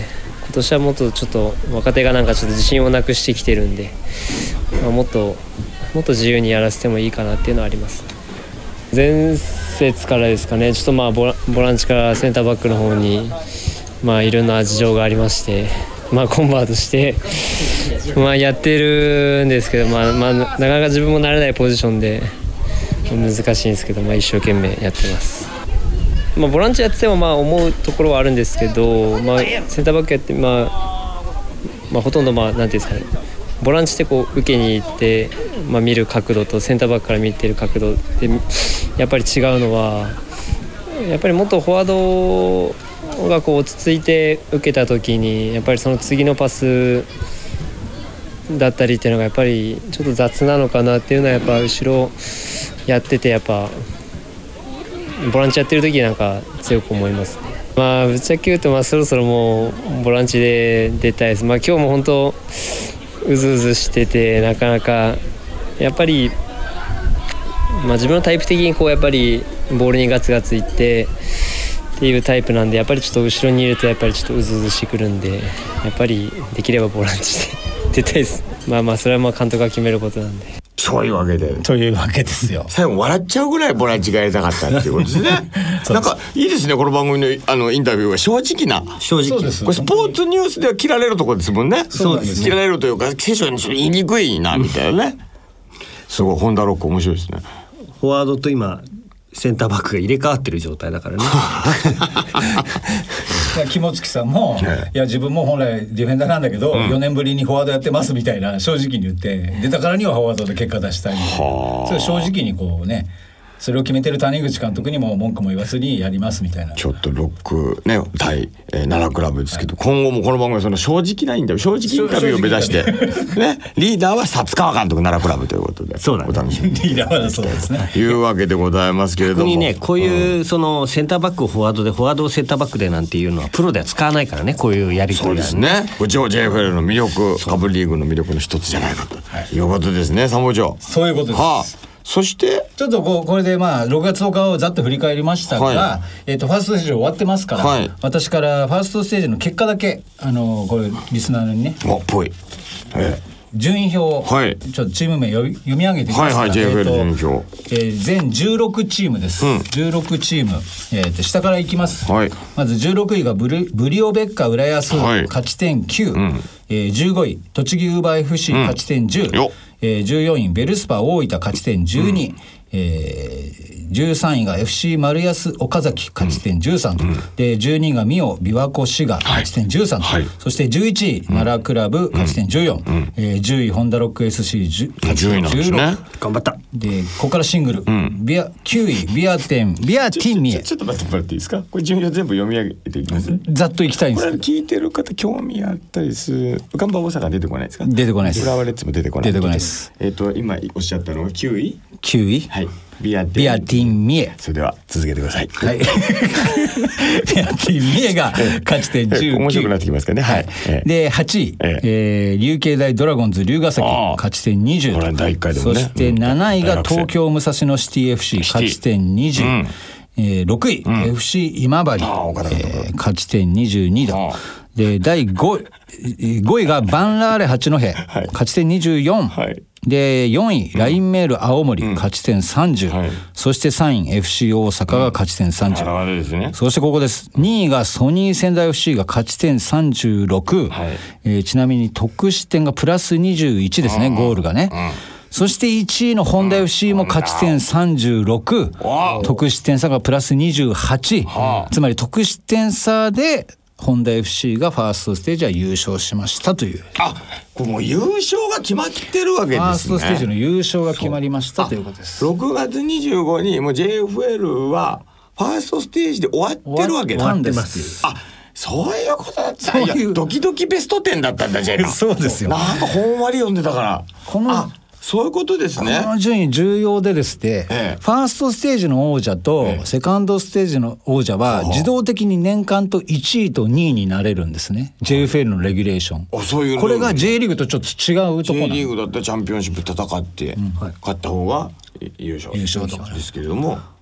今年はもっとちょっと若手がなんかちょっと自信をなくしてきてるんで、まあ、もっともっと自由にやらせてもいいかなっていうのはあります。前節からですかね、ちょっとまあボラ、ボランチからセンターバックの方にまあいろんな事情がありまして、まあコンバートしてまあやってるんですけど、まあまあなかなか自分も慣れないポジションで難しいんですけど、まあ一生懸命やってます。まあ、ボランチやっててもまあ思うところはあるんですけど、まあ、センターバックやって、まあまあ、ほとんどまあなんていうんですかね、ボランチってこう受けに行って、まあ、見る角度とセンターバックから見てる角度でやっぱり違うのは、やっぱりもっとフォワードがこう落ち着いて受けた時にやっぱりその次のパスだったりっていうのがやっぱりちょっと雑なのかなっていうのはやっぱ後ろやっててやっぱボランチやってる時なんか強く思いますね。まあぶっちゃけ言うとまあそろそろもうボランチで出たいです。まあ今日も本当うずうずしててなかなかやっぱりまあ自分のタイプ的にこうやっぱりボールにガツガツいってっていうタイプなんで、やっぱりちょっと後ろにいるとやっぱりちょっとうずうずしてくるんで、やっぱりできればボランチで出たいです。まあまあそれはまあ監督が決めることなんで。
そういうわけで
というわけですよ。
最後笑っちゃうぐらいボランチがやりたかったっていうことですねなんかいいですね、この番組のあのインタビューは正直な、
正直
これスポーツニュースでは切られるところですもんね。
そうですね、
切られるというか聖書にちょっと言いにくいなみたいなねすごいホンダロック面白いですね。
フォワードと今センターバックが入れ替わってる状態だからね
肝付さんも、いや自分も本来ディフェンダーなんだけど、うん、よねんぶりにフォワードやってますみたいな正直に言って、出たからにはフォワードで結果出したい、それ正直にこうね、それを決めてる谷口監督にも文句も言わずにやりますみたいな。
ちょっとロックね対、えー、奈良クラブですけど、はい、今後もこの番組はその正直なインタビュー、正直インタビューを目指してね、リーダーは薩川監督奈良クラブということで、
そうだね、
お楽しみに
リーダーはそうですね
いうわけでございますけれども、
逆にねこういう、うん、そのセンターバックをフォワードでフォワードをセンターバックでなんていうのはプロでは使わないからね、こういうやり取りは。
そうですね、これ ジェイエフエル の魅力、下部リーグの魅力の一つじゃないかと、はい、いうことですね、参謀長。
そういうことです、はあ。
そして
ちょっとこうこれでまあろくがつとおかをざっと振り返りましたが、はい、えー、とファーストステージ終わってますから、はい、私からファーストステージの結果だけあのこれリスナーにね、
おっぽい、えー
順位表、はい、ちょっとチーム名読み読み上げてみますか。はいはい、ジェイエフエル 順位表、えー、全じゅうろくチームです、うん、じゅうろくチーム、えー、と下からいきます、はい、まずじゅうろくいがブリ、ブリオベッカ浦安、はい、勝ち点きゅう、うん、えー、じゅうごい栃木ウーバー エフシー、うん、勝ち点じゅう、えー、じゅうよんいベルスパ大分勝ち点じゅうに、うん、えー、じゅうさんいが エフシー 丸安岡崎勝ち点じゅうさんと、うん、でじゅうにいがミオ琵琶湖滋賀勝ち点じゅうさんと、はい、そしてじゅういちい奈良クラブ勝ち点じゅうよん、うん、えー、じゅういホンダロック エスシー 勝ち点じゅうろく、ね、
頑張った。
でここからシングル、うん、ビアきゅういビアテンビアティンミエ。
ちょっと待ってもらっていいですか、これ順位を全部読み上げていきます。
ざっといきたいんですけど、
これ聞いてる方興味あったりする。ガンバ大阪出てこないですか。
出てこないです。
浦和レッズも出てこない。
出てこないです。
えっ、ー、と今おっしゃったのがきゅうい
きゅうい、はい、
ビアティン、
ビアティンミエ。
それでは続けてください。はい。ビア
ティンミエが勝ち点じゅうきゅう。
面白くなってきますかね。はい。
ではちい、ええー、琉球大ドラゴンズ龍ヶ崎勝ち点にじゅう。
これだいいっかいでもね。
そしてなないが東京武蔵野シティ エフシー 勝ち点にじゅう。うん、えー、ろくい、うん、エフシー 今治、えー、勝ち点にじゅうにだ。でだいごい、ごいがバンラーレ八戸、はい、勝ち点にじゅうよん、はい、でよんい、うん、ラインメール青森、うん、勝ち点さんじゅう、はい、そしてさんい エフシー 大阪が勝ち点さんじゅう、うんですね、そしてここですにいがソニー仙台 エフシー が勝ち点さんじゅうろく、はい、えー、ちなみに得失点がプラスにじゅういちですね、ゴールがね、うん、そしていちいのホンダ エフシー も勝ち点さんじゅうろく、得失点差がプラスにじゅうはち、つまり得失点差でホンダ エフシー がファーストステージは優勝しましたという。
あ、これもう優勝が決まってるわけですね。ファー
ストステージの優勝が決まりましたということです。
ろくがつにじゅうごにちにもう ジェイエフエル はファーストステージで終わってるわけだ。
終わってます。
あ、そういうことだった。そういう、ドキドキベストじゅうだったんだじゃあ。
そうですよ。
なんかほんわり読んでたから。このあそういうことですね。
この順位重要でですね、ええ、ファーストステージの王者とセカンドステージの王者は自動的に年間といちいとにいになれるんですね、 ジェイエフエル のレギュレーション。
あ、そういう
これが J リーグとちょっと違うところなんで、
J リーグだったらチャンピオンシップ戦って、うん、はい、勝った方が優勝
優勝とか
ですけれども、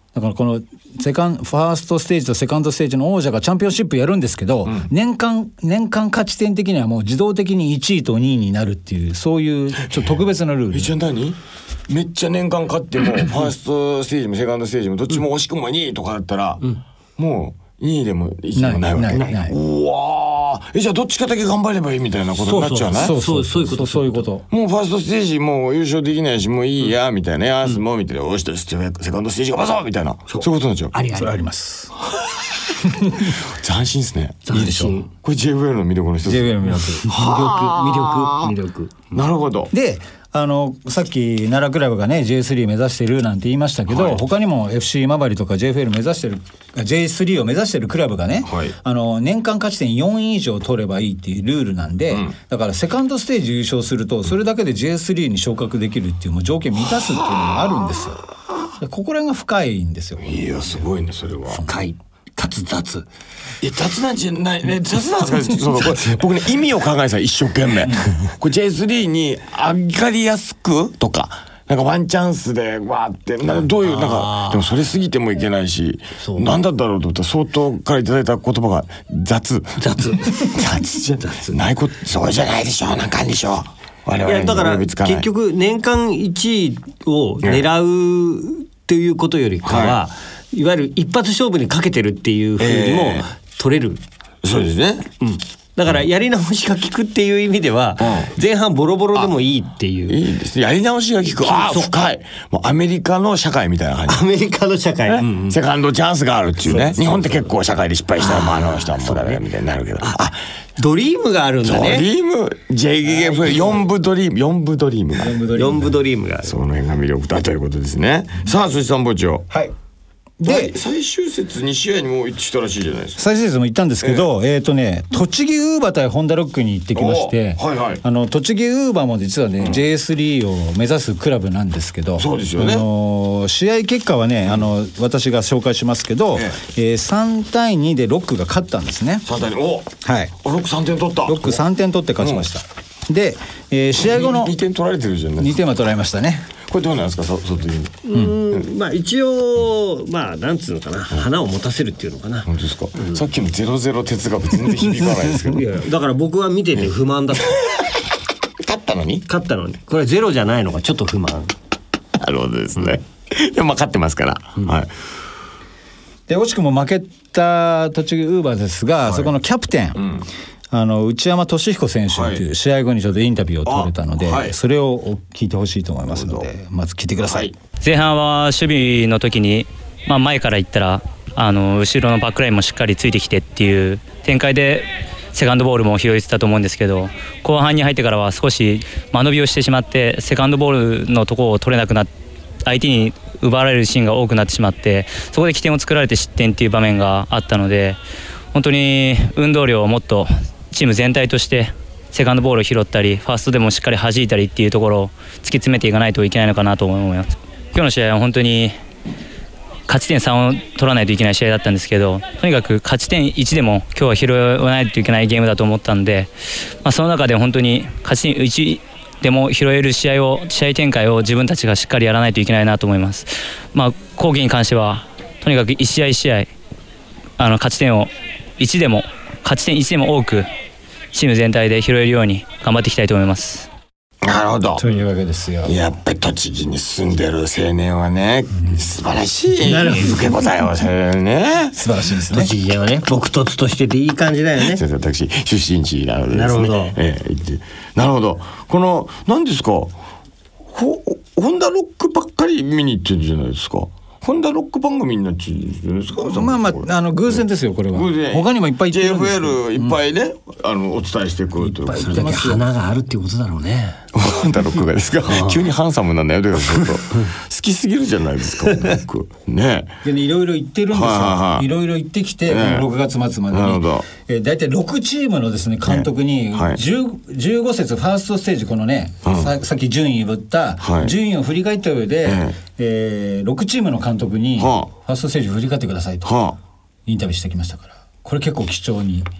だからこのセカンファーストステージとセカンドステージの王者がチャンピオンシップやるんですけど、うん、年間年間勝ち点的にはもう自動的にいちいとにいになるっていう、そういうちょっと特別なルール。
えじゃあ何めっちゃ年間勝ってもファーストステージもセカンドステージもどっちも惜しくもにいとかだったら、うん、もうにいでもいちでもないわけ。ないないない。うわえじゃあどっちかだけ頑張ればいいみたいなことになっちゃうね。
そうそうそうそうそういうこと。
もうファーストステージもう優勝できないしもういいやみたいな、やすもみたいな、おしとセカンドステージがばぞみたいな、そういうことになっちゃう。
ありありあります。
斬新ですね。
いいでしょ。
これ ジェイエフエル の魅力の一つ。
ジェイエフエル の魅力。
魅力魅力魅力。
なるほど。
で。あのさっき奈良クラブがね ジェイスリー 目指してるなんて言いましたけど、はい、他にも エフシー 今治とか ジェイエフエル 目指してる ジェイスリー を目指してるクラブがね、はい、あの年間勝ち点よんい以上取ればいいっていうルールなんで、うん、だからセカンドステージ優勝するとそれだけで ジェイスリー に昇格できるっていうもう条件満たすっていうのがあるんですよ。ここら辺が深いんですよ。
いやすごいねそれは。
深いかつ雑。
いや雑なんじゃないね、雑なんですかそのこれ僕ね意味を考えてた一生懸命これ ジェイスリー に上がりやすくとかなんかワンチャンスでわーってなんかどういうなんかでもそれ過ぎてもいけないし何だったろうと思ったら相当からいただいた言葉が雑
雑
雑じゃ雑ないことそうじゃないでしょなんかあんでしょ我々に。
いやだから結局年間いちいを狙うということよりかは、はい、いわゆる一発勝負にかけてるっていうふうにも取れる、
えー、そうですね、
うん、だからやり直しが効くっていう意味では、うん、前半ボロボロでもいいっていう。
いいですねやり直しが効く。ああ深い。もうアメリカの社会みたいな感じ。
アメリカの社会、
うんうん、セカンドチャンスがあるっていうね。日本って結構社会で失敗したらまああの人はもうダメだみたいになるけど、あ
ドリームがあるんだね。
ドリーム ジェイエフエル よん部ドリームよん部ドリームが
よん部ドリームがある。
その辺が魅力だということですね。さあ寿司さん坊長。
はい。
で最終節に試合にも行ってきたらしいじゃないですか。
最終節も行ったんですけど、えっ、ー、とね栃木ウーバー対ホンダロックに行ってきまして、
はいはい、
あの栃木ウーバーも実はね、うん、ジェイエスリー を目指すクラブなんですけど、
そうですよね。
あの試合結果はね、あの私が紹介しますけど、えええー、さんたいにでロックが勝ったんですね。
さんたいにお
はい。
ロックさんてん取った。
ロックさんてん取って勝ちました。うん、で、えー、試合後の
にてん取られてるじゃないですか。
にてんは取られましたね。
これどうなんですか、そ外に。
うん、まあ一応まあなんつうのかな、花を持たせるっていうのかな。
本当ですか。うん、さっきのゼロゼロ哲学全然響かないですけど。
いやだから僕は見てて不満だった。
勝ったのに？
勝ったのに。これゼロじゃないのがちょっと不満。
なるほどですね。うん、でもまあ勝ってますから。うん、はい。
で惜しくも負けた栃木ウーバーですが、はい、そこのキャプテン。うん、あの内山俊彦選手という試合後にちょっとインタビューを取れたので、はい、それを聞いてほしいと思いますのでまず聞いてください。はい、
前半は守備の時に、まあ、前から行ったらあの後ろのバックラインもしっかりついてきてっていう展開でセカンドボールも拾えてたと思うんですけど、後半に入ってからは少し間延びをしてしまってセカンドボールのところを取れなくなって相手に奪われるシーンが多くなってしまって、そこで起点を作られて失点っていう場面があったので、本当に運動量をもっとチーム全体としてセカンドボールを拾ったりファーストでもしっかり弾いたりっていうところを突き詰めていかないといけないのかなと思います。今日の試合は本当に勝ち点さんを取らないといけない試合だったんですけど、とにかく勝ち点いちでも今日は拾わないといけないゲームだと思ったので、まあ、その中で本当に勝ち点いちでも拾える試合を試合展開を自分たちがしっかりやらないといけないなと思います。まあ、攻撃に関してはとにかくいち試合いち試合あの勝ち点をいちでも勝ち点いちでも多くチーム全体で拾えるように頑張っていきたいと思います。
なるほど。
というわけですよ。
やっぱり栃木に住んでる青年はね、うん、素晴らしい受け答えをされるね。
素晴らしいですね。
栃木はね、僕突としてていい感じだよね。
私出身地なのでですね。
なるほど。
えー、なるほど。この何ですか。ホホンダロックばっかり見に行ってるじゃないですか。ホンダロック番組になっちゃうんですか。
まあまああの偶然ですよこれは。他にもいっぱい言ってるんですけど
ジェイエフエル いっぱいね、うん、あのお伝えしてくるということで。
それだけ花があるっていうことだろうね。
ホンダロックがですか。急にハンサムなんだよということ好きすぎるじゃないですか僕ね。
でねいろいろ言ってるんですよ。いろいろ言ってきて、ね、ろくがつ末までにえー、だいたいろくチームのですね監督に、ねはい、じゅう、じゅうご節ファーストステージこのね、うん、さ, さっき順位を言った、はい、順位を振り返った上で、えーえー、ろくチームの監督に、はあ、ファーストステージを振り返ってくださいと、はあ、インタビューしてきましたから、これ結構貴重に。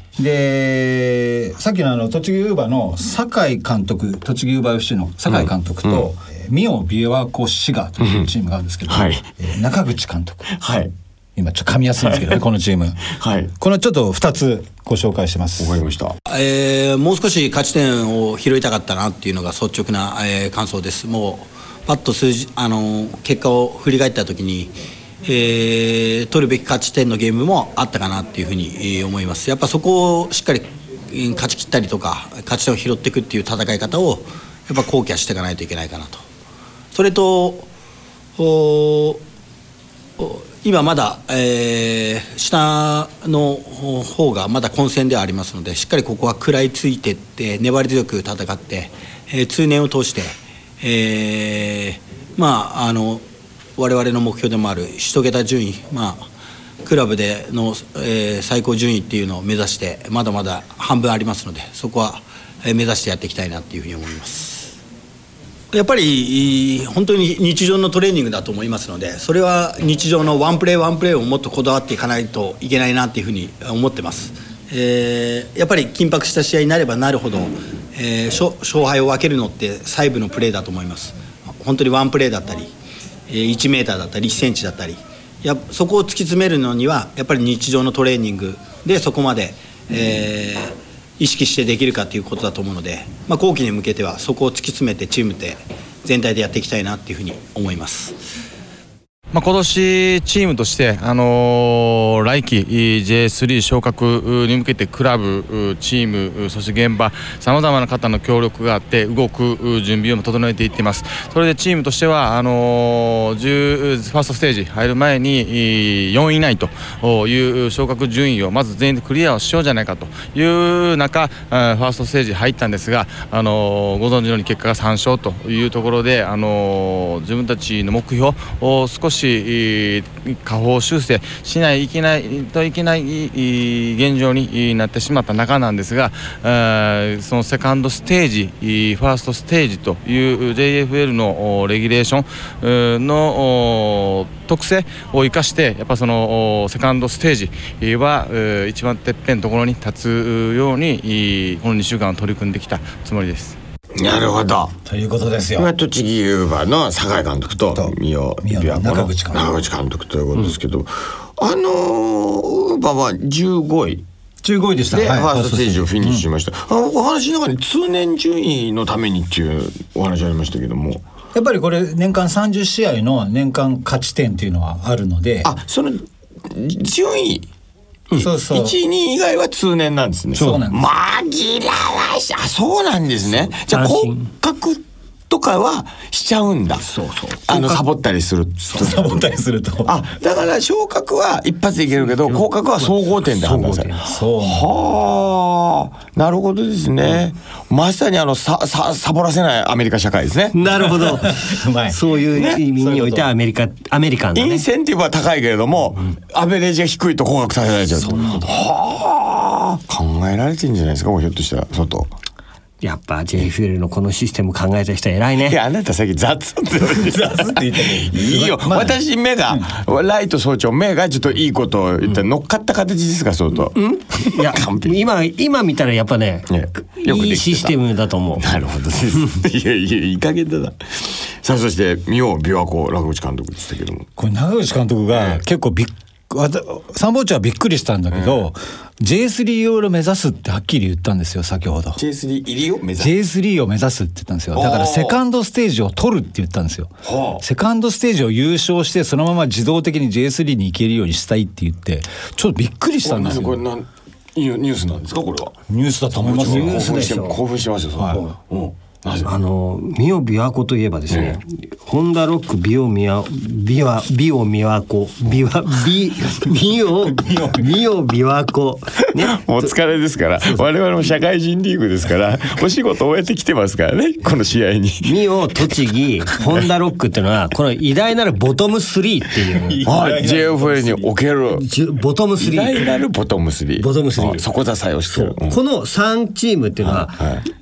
でさっきのあの栃木ウーバーの酒井監督、栃木ウーバー エフシー の酒井監督と、うんうん、 ミオ琵琶湖滋賀というチームがあるんですけど、
はい
えー中口監督、
はい、
今ちょっと噛みやすいんですけどねこのチーム、
はい、
このちょっとふたつご紹介します。
わかりました。
えー、もう少し勝ち点を拾いたかったなっていうのが率直な、えー、感想です。もうパッと数字あの結果を振り返った時に、えー、取るべき勝ち点のゲームもあったかなっていうふうに、えー、思います。やっぱそこをしっかり勝ち切ったりとか勝ち点を拾っていくっていう戦い方をやっぱ後期はしていかないといけないかなと。それと今まだ、えー、下の方がまだ混戦ではありますので、しっかりここは食らいついていって粘り強く戦って、えー、通年を通して、えー、まああの我々の目標でもある一桁順位、まあクラブでの、えー、最高順位っていうのを目指してまだまだ半分ありますので、そこは目指してやっていきたいなっていうふうに思います。やっぱり本当に日常のトレーニングだと思いますので、それは日常のワンプレーワンプレーをもっとこだわっていかないといけないなっていうふうに思ってます。えー、やっぱり緊迫した試合になればなるほど、えー、勝敗を分けるのって細部のプレーだと思います。本当にワンプレーだったりいちメーターだったりいちセンチだったり、やそこを突き詰めるのにはやっぱり日常のトレーニングでそこまで、えー意識してできるかということだと思うので、まあ、後期に向けてはそこを突き詰めてチームで全体でやっていきたいなというふうに思います。
まあ、今年チームとして、あのー、来季 ジェイスリー 昇格に向けてクラブ、チーム、そして現場さまざまな方の協力があって動く準備を整えていっています。それでチームとしてはあのー、ファーストステージ入る前によんい以内という昇格順位をまず全員でクリアをしようじゃないかという中、ファーストステージ入ったんですが、あのー、ご存知のように結果がさん勝というところで、あのー、自分たちの目標を少し下方修正しないといけないといけない現状になってしまった中なんですが、そのセカンドステージファーストステージという ジェイエフエル のレギュレーションの特性を生かして、やっぱそのセカンドステージは一番てっぺんのところに立つようにこのにしゅうかんを取り組んできたつもりです。
なるほど。
ということですよ。
栃木ユーバの酒井監督と三尾琵琶湖の中口監督ということですけど、うん、あのウーバーはじゅうごい
じゅうごいでした
で、
はい、
ファーストステージをフィニッシュしました、うん、あのお話の中に通年順位のためにっていうお話ありましたけども、
やっぱりこれ年間さんじゅっしあいの年間勝ち点っていうのはあるので、
あその順位
そうそう
いちいにい以外は通年なんですね。
そうなんです。
紛らわしい。あ、そうなんですね。じゃあ降格とかはしちゃうんだ。
そうそう。
あのサボったりすると。
サボったりすると。
あ、だから昇格は一発でいけるけど降格は総合点で判断される。
そう。
はあ、なるほどですね。まさにあのささサボらせないアメリカ社会ですね。
なるほど。
うまい。
そういう意味においてはアメリカアメリカンだね。
インセンティブは高いけれども、うん、アベレージが低いと降格させられちゃう。はあ、考えられてるんじゃないですか、ひょっとしたら外。
やっぱ ジェイエフエル のこのシステム考えた人は偉いね。
いや、あなたさっき雑って
雑って言った
いいよ、まあ、私目が、うん、ライト総長目がちょっといいことを言ったら乗っかった形ですか、相当。うん、
いや今今見たらやっぱね、いいシステムだと思う。
なるほどです。いやいやいい加減だな。さあそして三尾琵琶湖中口監督でしたけども、
これ中口監督が結構びっ参謀長はびっくりしたんだけど、うん、ジェイスリー を目指すってはっきり言ったんですよ先ほど。
ジェイスリー 入りを目指す
ジェイスリー を目指すって言ったんですよ。だからセカンドステージを取るって言ったんですよ。セカンドステージを優勝してそのまま自動的に ジェイスリー に行けるようにしたいって言ってちょっとびっくりしたんですよ。
これなんニュースなんですかこれは。
ニュースだと思いますよ。
興奮して興奮してますよ。はい、うん、
あの三尾琵琶湖といえばですね、うん、ホンダロック美尾琵琶琵琶湖琵琶美三尾三尾琵琶湖
ね、お疲れですから我々も社会人リーグですからお仕事終えてきてますからねこの試合に。
三尾栃木ホンダロックっていうのはこの偉大なるボトムスリーっていう
はい ジェイエフエル における
ボトムスリー
偉大なるボトムスリー
ボトムスリー
そこ支えをしてる、
うん、このさんチームっていうのは、はい、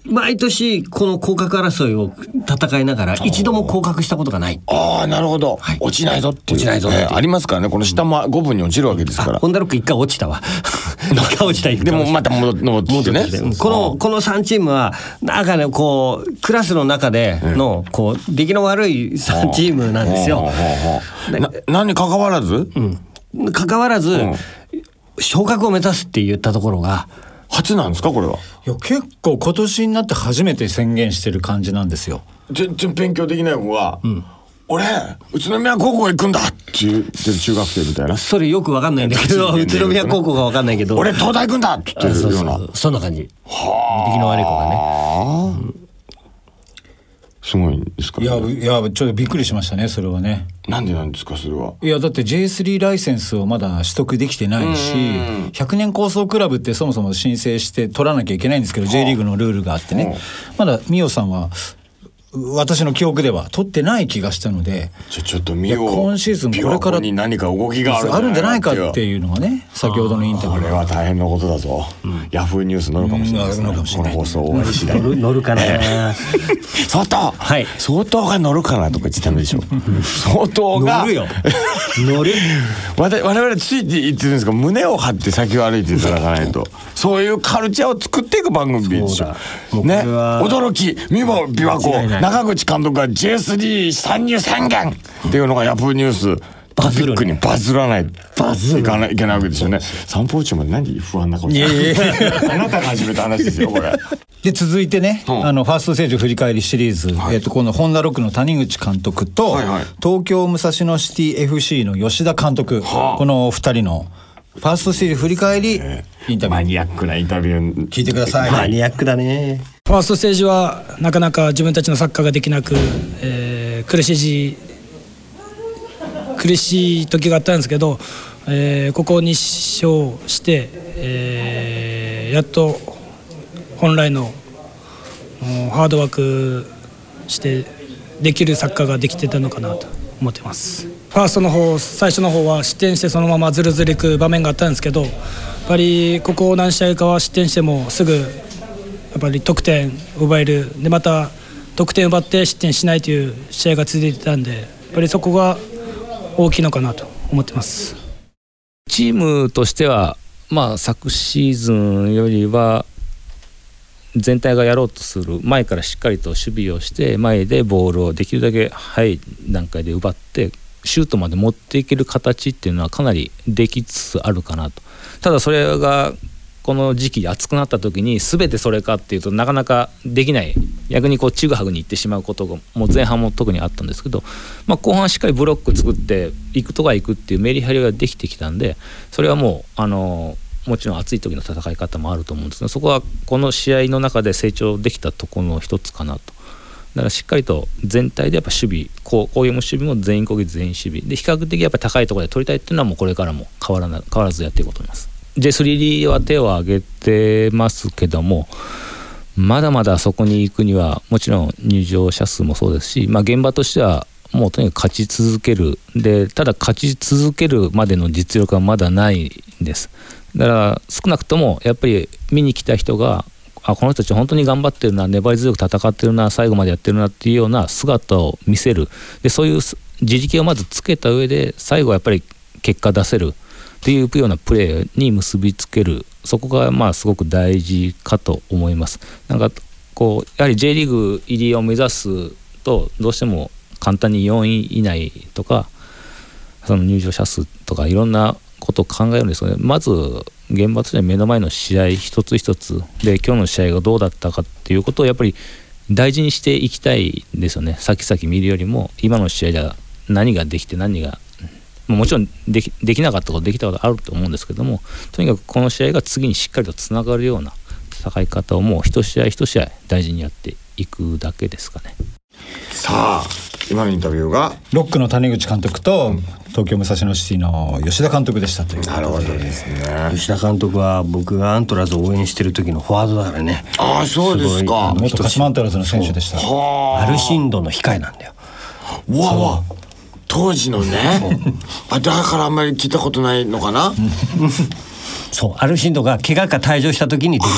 毎年この降格争いを戦いながら一度も降格したことがない。
ああなるほど、はい、落ちないぞっていう、
落ちないぞっていう、
えー、ありますからね。この下もごぶんに落ちるわけですから。
ホンダロック一回落ちたわ一回落ちたで
もまた戻ってね。
このこのさんチームはなんかねこうクラスの中でのこう出来の悪いさんチームなんですよ。
な何に関わらず、
うん、関わらず、うん、昇格を目指すって言ったところが
初なんですかこれは。
いや結構今年になって初めて宣言してる感じなんですよ。
全然勉強できない子が、うん、俺宇都宮高校行くんだって言ってる中学生みたいな。
それよく分かんないんだけど宇都宮高校が分かんないけど
俺東大行くんだって言ってるような。
そうそうそんな感じ。はあ出来の悪い子がね、うん、
すごいんですか、ね、
いやいやちょっとびっくりしましたねそれはね。
なんでなんですかそれは。
いやだって ジェイスリー ライセンスをまだ取得できてないし、ひゃくねん構想クラブってそもそも申請して取らなきゃいけないんですけど、 J リーグのルールがあってね、まだミオさんは私の記憶では取ってない気がしたので、
ちょちょっとミオ
今シーズンこれから
に何か動きがあ
るんじゃないかっていうのがね、先ほどのインタビュー。
これは大変なことだぞ、うん、ヤフーニュース乗るかもしれないですね、うん、この放送終わり次第
乗るかな
相当、はい、相当が乗るかなとか言ってたのでしょ相当が
乗るよ乗る
我々ついて言ってるんですが、胸を張って先を歩いていただかないとそういうカルチャーを作っていく番組でしょね。驚きミモ琵琶湖中口監督が ジェイスリー 参入宣言っていうのがヤフーニューストピックにバズらないバズいかないいけないわけですよね。散歩中まで何不安な顔してあなたが始めた話ですよこれ
で続いてね、うん、あのファーストステージ振り返りシリーズ、はい、えー、とこのホンダロックの谷口監督と、はいはい、東京武蔵野シティ エフシー の吉田監督、はあ、このふたりのファーストステージ振り返りインタビュー、
マニアックなインタビュー
聞いてください。
マニアックだね。
ファーストステージはなかなか自分たちのサッカーができなく、えー、苦しい時苦しい時があったんですけど、えー、ここに勝して、えー、やっと本来のハードワークしてできるサッカーができてたのかなと思ってます。ファーストの方最初の方は失点してそのままずるずるいく場面があったんですけど、やっぱりここ何試合かは失点してもすぐやっぱり得点奪えるで、また得点奪って失点しないという試合が続いてたんで、やっぱりそこが大きいのかなと思ってます。
チームとしては、まあ、昨シーズンよりは全体がやろうとする前からしっかりと守備をして前でボールをできるだけ早い段階で奪ってシュートまで持っていける形っていうのはかなりできつつあるかなと。ただそれがこの時期暑くなった時に全てそれかっていうとなかなかできない、逆にこうちぐはぐにいってしまうことがもう前半も特にあったんですけど、まあ、後半しっかりブロック作っていくとかいくっていうメリハリができてきたんで、それはもうあのもちろん暑い時の戦い方もあると思うんですけど、そこはこの試合の中で成長できたところの一つかなと。だからしっかりと全体でやっぱ守備攻撃も守備も全員攻撃全員守備で比較的やっぱり高いところで取りたいっていうのはもうこれからも変わらな変わらずやっていこうと思います。ジェイスリー は手を挙げてますけども、まだまだそこに行くにはもちろん入場者数もそうですし、まあ、現場としてはもうとにかく勝ち続けるで、ただ勝ち続けるまでの実力はまだないんです。だから少なくともやっぱり見に来た人があこの人たち本当に頑張ってるな、粘り強く戦ってるな、最後までやってるなっていうような姿を見せる、でそういう自力をまずつけた上で最後はやっぱり結果出せるっていうようなプレーに結びつける、そこがまあすごく大事かと思います。なんかこうやはり J リーグ入りを目指すとどうしても簡単によんい以内とかその入場者数とかいろんなことを考えるんですけど、まず現場としては目の前の試合一つ一つで今日の試合がどうだったかっていうことをやっぱり大事にしていきたいんですよね。先々見るよりも今の試合じゃ何ができて何がもちろんでき、できなかったことできたことあると思うんですけども、とにかくこの試合が次にしっかりとつながるような戦い方をもう一試合一試合大事にやっていくだけですかね。
さあ今のインタビューが
ロックの谷口監督と東京武蔵野シティの吉田監督でしたということで。
なるほどですね。
吉田監督は僕がアントラーズを応援してる時のフォワードだからね。
ああそうですか。
元鹿島アントラーズの選手でした。
アルシンドの控えなんだよ。
わわ当時のねあだからあんまり聞いたことないのかな
そうアルシンドが怪我か退場した時に出る。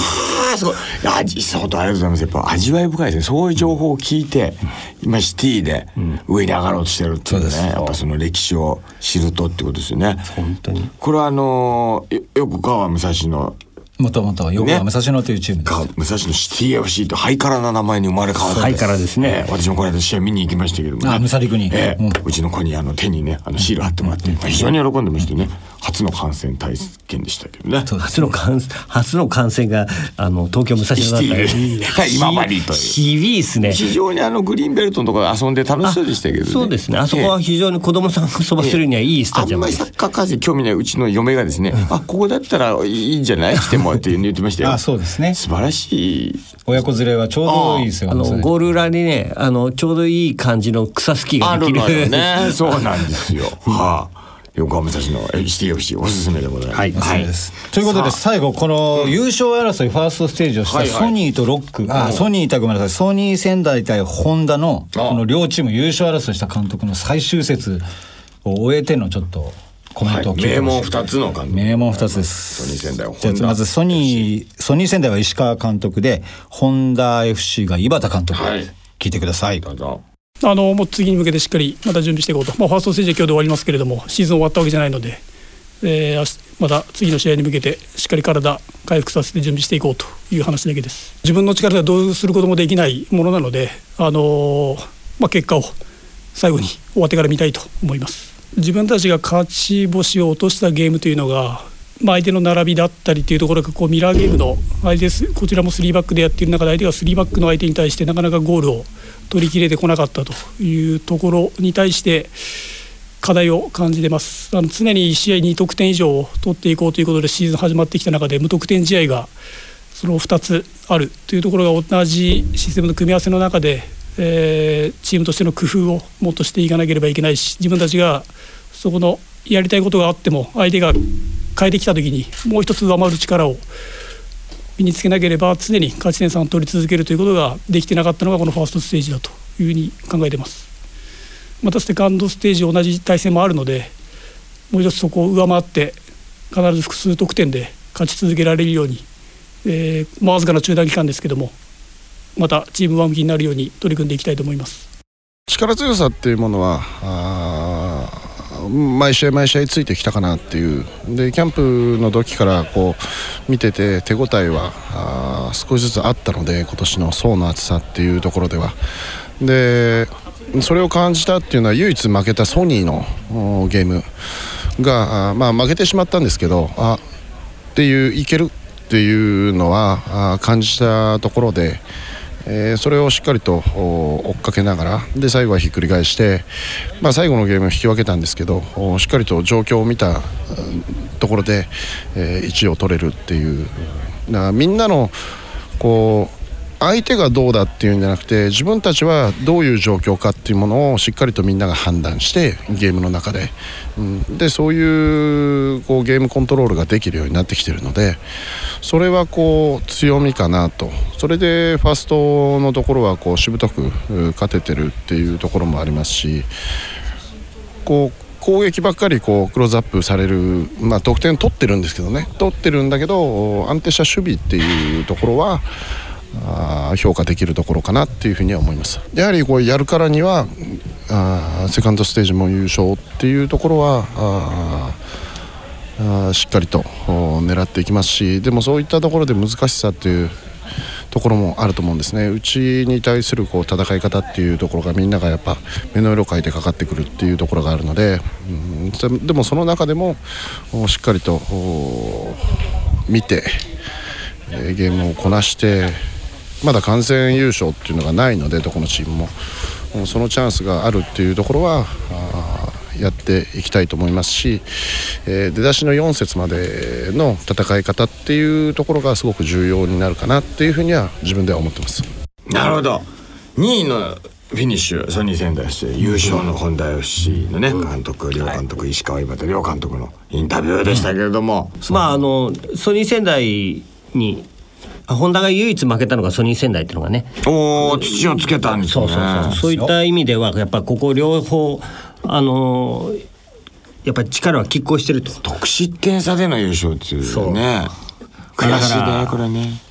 あすごい。あじそうとありがとうございます。やっぱ味わい深いですね。そういう情報を聞いて、今シティで上に上がろうとしてるっていうね、うん、やっぱその歴史を知るとってことですよね。
本当に。
これはあのー、横川武蔵野
もともと横川武蔵野というチームです、
ね、武蔵野シティ エフシー とハイカラな名前に生まれ変わった
ハイカラですね、
えー、私もこの間試合見に行きましたけども、ね、
あムサリクに、
えーうん、うちの子にあの手にねあのシール貼ってもらって、うん、非常に喜んでましてね、初の観戦体験でしたけどね。
初の観初の観戦があの東京武蔵野だった
ら今治という
響いですね。
非常にあのグリーンベルトのところで遊んで楽しそうでしたけどね。
そうですね。あそこは非常に子供さんが遊ばせるにはいいスタジアムです。
あんまりサッカー観戦興味ないうちの嫁がですね、あここだったらいいんじゃない来てもって言ってましたよ。
あそうですね。
素晴らしい。
親子連れはちょうどいいですよ。
あのゴール裏にねあのちょうどいい感じの草スキーができる。
あるのよね。そうなんですよ。はあ。横浜武蔵野 エイチティーエフシー おすすめでございます。はい、
はい、ということで最後この優勝争いファーストステージをしたソニーとロック、はいはい、あソニー対ごめんなさいソニー仙台対ホンダのこの両チーム優勝争いした監督の最終節を終えてのちょっとコメントを聞いて、
はい、名門ふたつの監督、
名門ふたつです。
ソニー仙台ホンダ。
じゃあまずソニーソニー仙台は石川監督でホンダ エフシー が井端監督、はい、聞いてください。
どうぞ。
あのもう次に向けてしっかりまた準備していこうと、まあ、ファーストステージは今日で終わりますけれどもシーズン終わったわけじゃないので、えー、また次の試合に向けてしっかり体回復させて準備していこうという話だけです。自分の力ではどうすることもできないものなので、あのーまあ、結果を最後に終わってから見たいと思います。自分たちが勝ち星を落としたゲームというのが、まあ、相手の並びだったりというところがこうミラーゲームの相手こちらもスリーバックでやっている中で相手がスリーバックの相手に対してなかなかゴールを取り切れてこなかったというところに対して課題を感じてます。あの常にいち試合に得点以上を取っていこうということでシーズン始まってきた中で無得点試合がそのふたつあるというところが同じシステムの組み合わせの中で、えー、チームとしての工夫をもっとしていかなければいけないし、自分たちがそこのやりたいことがあっても相手が変えてきた時にもう一つ上回る力を身につけなければ常に勝ち点さんを取り続けるということができてなかったのがこのファーストステージだというふうに考えています。またセカンドステージ同じ対戦もあるのでもう一つそこを上回って必ず複数得点で勝ち続けられるように、えーまあ、わずかな中断期間ですけどもまたチーム上向きになるように取り組んでいきたいと思います。
力強さっていうものはあ毎試合毎試合ついてきたかなっていうでキャンプの時からこう見てて手応えはあ少しずつあったので今年の層の厚さっていうところではでそれを感じたっていうのは唯一負けたソニーのゲームがあ、まあ、負けてしまったんですけどあっていういけるっていうのはあ感じたところで。えー、それをしっかりと追っかけながらで最後はひっくり返して、まあ、最後のゲームを引き分けたんですけどしっかりと状況を見たところで、えー、いちいを取れるっていうなみんなのこう相手がどうだっていうんじゃなくて自分たちはどういう状況かっていうものをしっかりとみんなが判断してゲームの中で、うん、でそういう、こうゲームコントロールができるようになってきているのでそれはこう強みかなと。それでファーストのところはこうしぶとく勝ててるっていうところもありますしこう攻撃ばっかりこうクローズアップされる、まあ、得点取ってるんですけどね取ってるんだけど安定した守備っていうところはあ評価できるところかなっていうふうには思います。やはりこうやるからにはあセカンドステージも優勝っていうところはああしっかりと狙っていきますしでもそういったところで難しさっていうところもあると思うんですね。うちに対するこう戦い方っていうところがみんながやっぱ目の色を変えてかかってくるっていうところがあるので、うん、でもその中でもしっかりと見てゲームをこなしてまだ完全優勝っていうのがないのでどこのチームもそのチャンスがあるっていうところはやっていきたいと思いますし、えー、出だしのよん節までの戦い方っていうところがすごく重要になるかなっていうふうには自分では思ってます。
なるほど。にいのフィニッシュソニー仙台して優勝のホンダ エフシー のね、うん、監督両監督、はい、石川井端両監督のインタビューでしたけれども、
うん、まああのソニー仙台にホンダが唯一負けたのがソニー仙台っていうのがね
おー土をつけたんですね。
そうそうそうそういった意味ではやっぱりここ両方あのー、やっぱり力は拮抗してると
得失点差での優勝っていうね悔しいねこれね。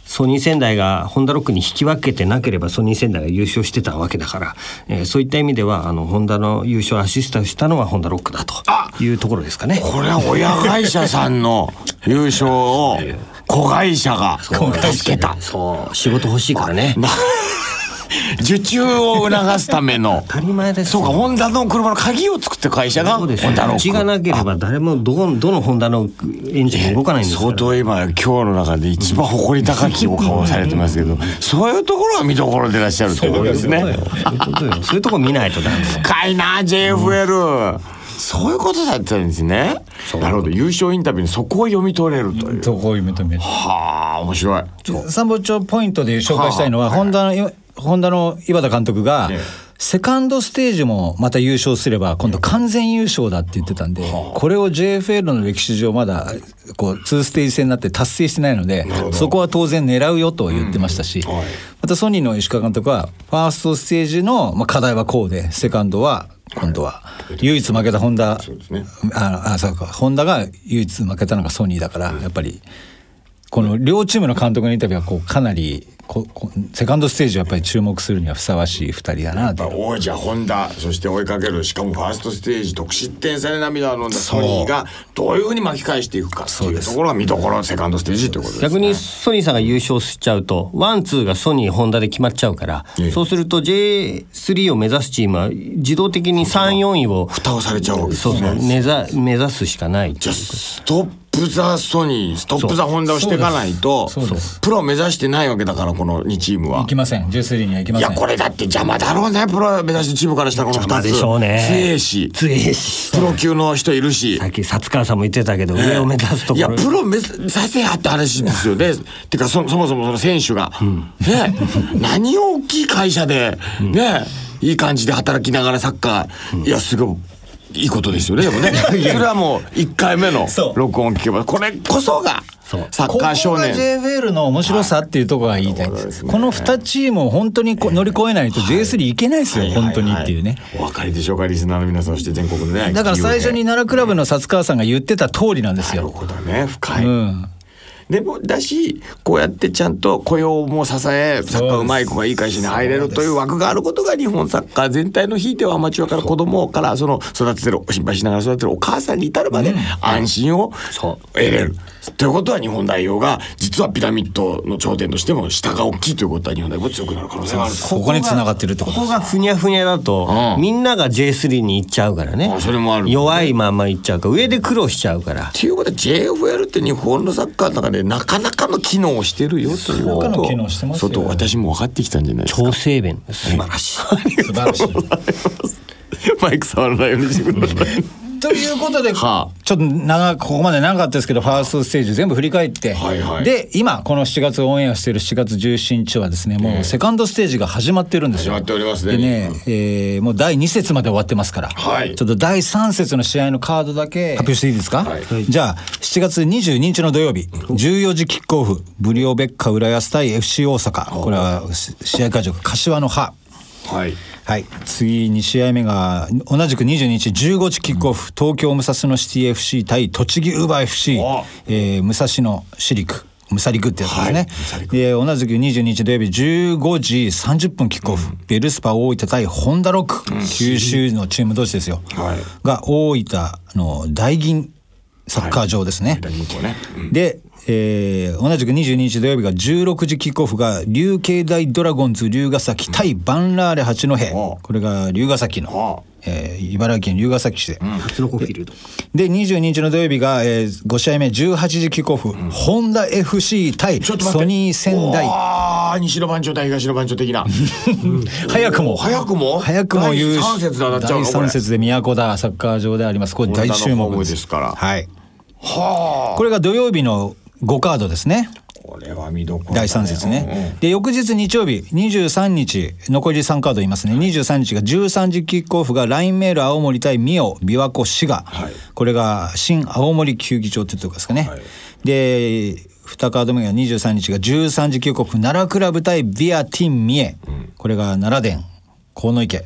ソニー仙台がホンダロックに引き分けてなければソニー仙台が優勝してたわけだから、えー、そういった意味ではあのホンダの優勝をアシストしたのはホンダロックだというところですかね。
これは親会社さんの優勝を子会社が助けた。
そう仕事欲しいからね。
受注を促すための
当たり前です。
そうか、ホンダの車の鍵を作ってる会社がホンダロック。
うちがなければ誰もどどのホンダのエンジンも動かないんですから。
相当今今日の中で一番誇り高きお顔をされてますけど、そういうところが見どころでいらっしゃるということですね。
そういうところ見ないとダメ。
深いな ジェイエフエル、うん、そういうことだったんですね。なるほど、優勝インタビューにそこを読み取れるという。
そこを読み取れる。
はあ、面白い。
参謀長ポイントで紹介したいのは、はあ、ホンダのホンダの井端監督が、ね、セカンドステージもまた優勝すれば今度完全優勝だって言ってたんで、はあ、これを ジェイエフエル の歴史上まだこうにステージ制になって達成してないので、そこは当然狙うよと言ってましたし、うん、はい、またソニーの石川監督はファーストステージの、まあ、課題はこうで、セカンドは今度は唯一負けたホンダ、そうですね、ああそうか、ホンダが唯一負けたのがソニーだから、やっぱりこの両チームの監督のインタビューはこうかなりここセカンドステージをやっぱり注目するにはふさわしいふたりだなと。
王者ホンダ、そして追いかける、しかもファーストステージ得失点差で涙を飲んだソニーがどういうふうに巻き返していくかっていうところが見どころのセカンドステージということですね。
逆にソニーさんが優勝しちゃうとワンツーがソニーホンダで決まっちゃうから、ええ、そうすると ジェイスリー を目指すチームは自動的にさん、よんいを
蓋をされちゃうわけですね。
そうそう、目指、目指すしかない。
じゃあストップストップザソニー、ストップザホンダをしていかないとプロを目指してないわけだから、このにチームは
行きません。ジェイスリーには行きません。
いやこれだって邪魔だろうね、プロを目指してチームからしたら。このふたつ
でしょうね。
強えし
強えし
プロ級の人いるし、
さっき薩川さんも言ってたけど、ね、上を目指すところ、
いやプロ目指せやって話ですよね。てか そ, そもそもその選手が、うん、ね何を大きい会社で、うん、ねいい感じで働きながらサッカー、うん、いやすごいいいことですよね。でもねそれはもういっかいめの録音聞けばこれこそがサッカー少年。ここが
ジェイエフエル の面白さっていうところが言いたいんです、はい、このにチームを本当にこ乗り越えないと ジェイスリー いけないですよ、はい、本当にっていうね、
お分かりでしょうかリスナーの皆さん、そして全国のね。
だから最初に奈良クラブの薩川さんが言ってた通りなんですよ。
なるほどね、深い、うん、でもだしこうやってちゃんと雇用も支え、サッカーうまい子がいい会社に入れるという枠があることが日本サッカー全体のひいてはアマチュアから子供からその育ててる、心配しながら育てるお母さんに至るまで安心を得れる、うん、ということは日本代表が実はピラミッドの頂点としても下が大きいということは日本代表が強くなる可能性がある。
ここに繋がってるってことです。
ここがふにゃふにゃだと、うん、みんなが ジェイスリー に行っちゃうからね。
あ、それもある、ね、
弱いまま行っちゃうから上で苦労しちゃうから。
っていうことは ジェイエフエル って日本のサッカーの中でなかなかの機能をしてるよということを、そうと私も分かってきたんじゃないですか。
調整弁素晴らしい。
素晴らしい。
マイク触らないようにしてください。
ということで、はあ、ちょっと長ここまで長かったですけど、ファーストステージ全部振り返って、はいはい、で今このしちがつオンエアしているしちがつじゅうしちにちはですね、もうセカンドステージが始まってるんですよ。
始まっておりますね。
でね、えー、もうだいに節まで終わってますから、はい、ちょっとだいさん節の試合のカードだけ発表していいですか、はい、じゃあしちがつにじゅうににちの土曜日じゅうよじキックオフ、ブリオベッカ浦安対 エフシー 大阪、これは試合会場柏の葉、はいはい、次に試合目が同じくにじゅうににちじゅうごじキックオフ、うん、東京武蔵野シティ エフシー 対栃木ウーバー エフシー、えー、武蔵野市陸ムサリクってやつですね、はい、で同じくにじゅうににち土曜日じゅうごじさんじゅっぷんキックオフ、うん、ベルスパ大分対ホンダロック、うん、九州のチーム同士ですよ、はい、が大分の大銀サッカー場ですね、はい、ねうん、で、えー、同じくにじゅうににち土曜日がじゅうろくじキックオフが琉球大ドラゴンズ龍ヶ崎対バンラーレ八戸、うん、これが龍ヶ崎の、えー、茨城県龍ヶ崎市で、うん、
初のコフィールド
でにじゅうににちの土曜日が、えー、ご試合目じゅうはちじキックオフ、うん、ホンダ エフシー 対ソニー仙台。
ああ、西の番長対東の番長的な、
うん、早くも
早くも
早くも優
勝だいさん節で当たっちゃうの。
だいさん節で都田サッカー場であります。これ大注目です。
ですから、
はい、はあ、これが土曜日のごカードですね。
これは見どころだね。
だいさん節ね、うんうん、で翌日日曜日にじゅうさんにち残りさんカードいますね。にじゅうさんにちがじゅうさんじキックオフがラインメール青森対ミオ琵琶湖滋賀、はい、これが新青森球技場っていうとこですかね、はい、でにカード目がにじゅうさんにちがじゅうさんじキックオフ奈良クラブ対ビアティン三重、うん、これが奈良電河池、はい、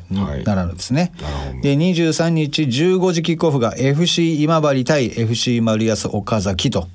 奈良のですね。でにじゅうさんにちじゅうごじキックオフが エフシー 今治対 エフシー 丸安岡崎と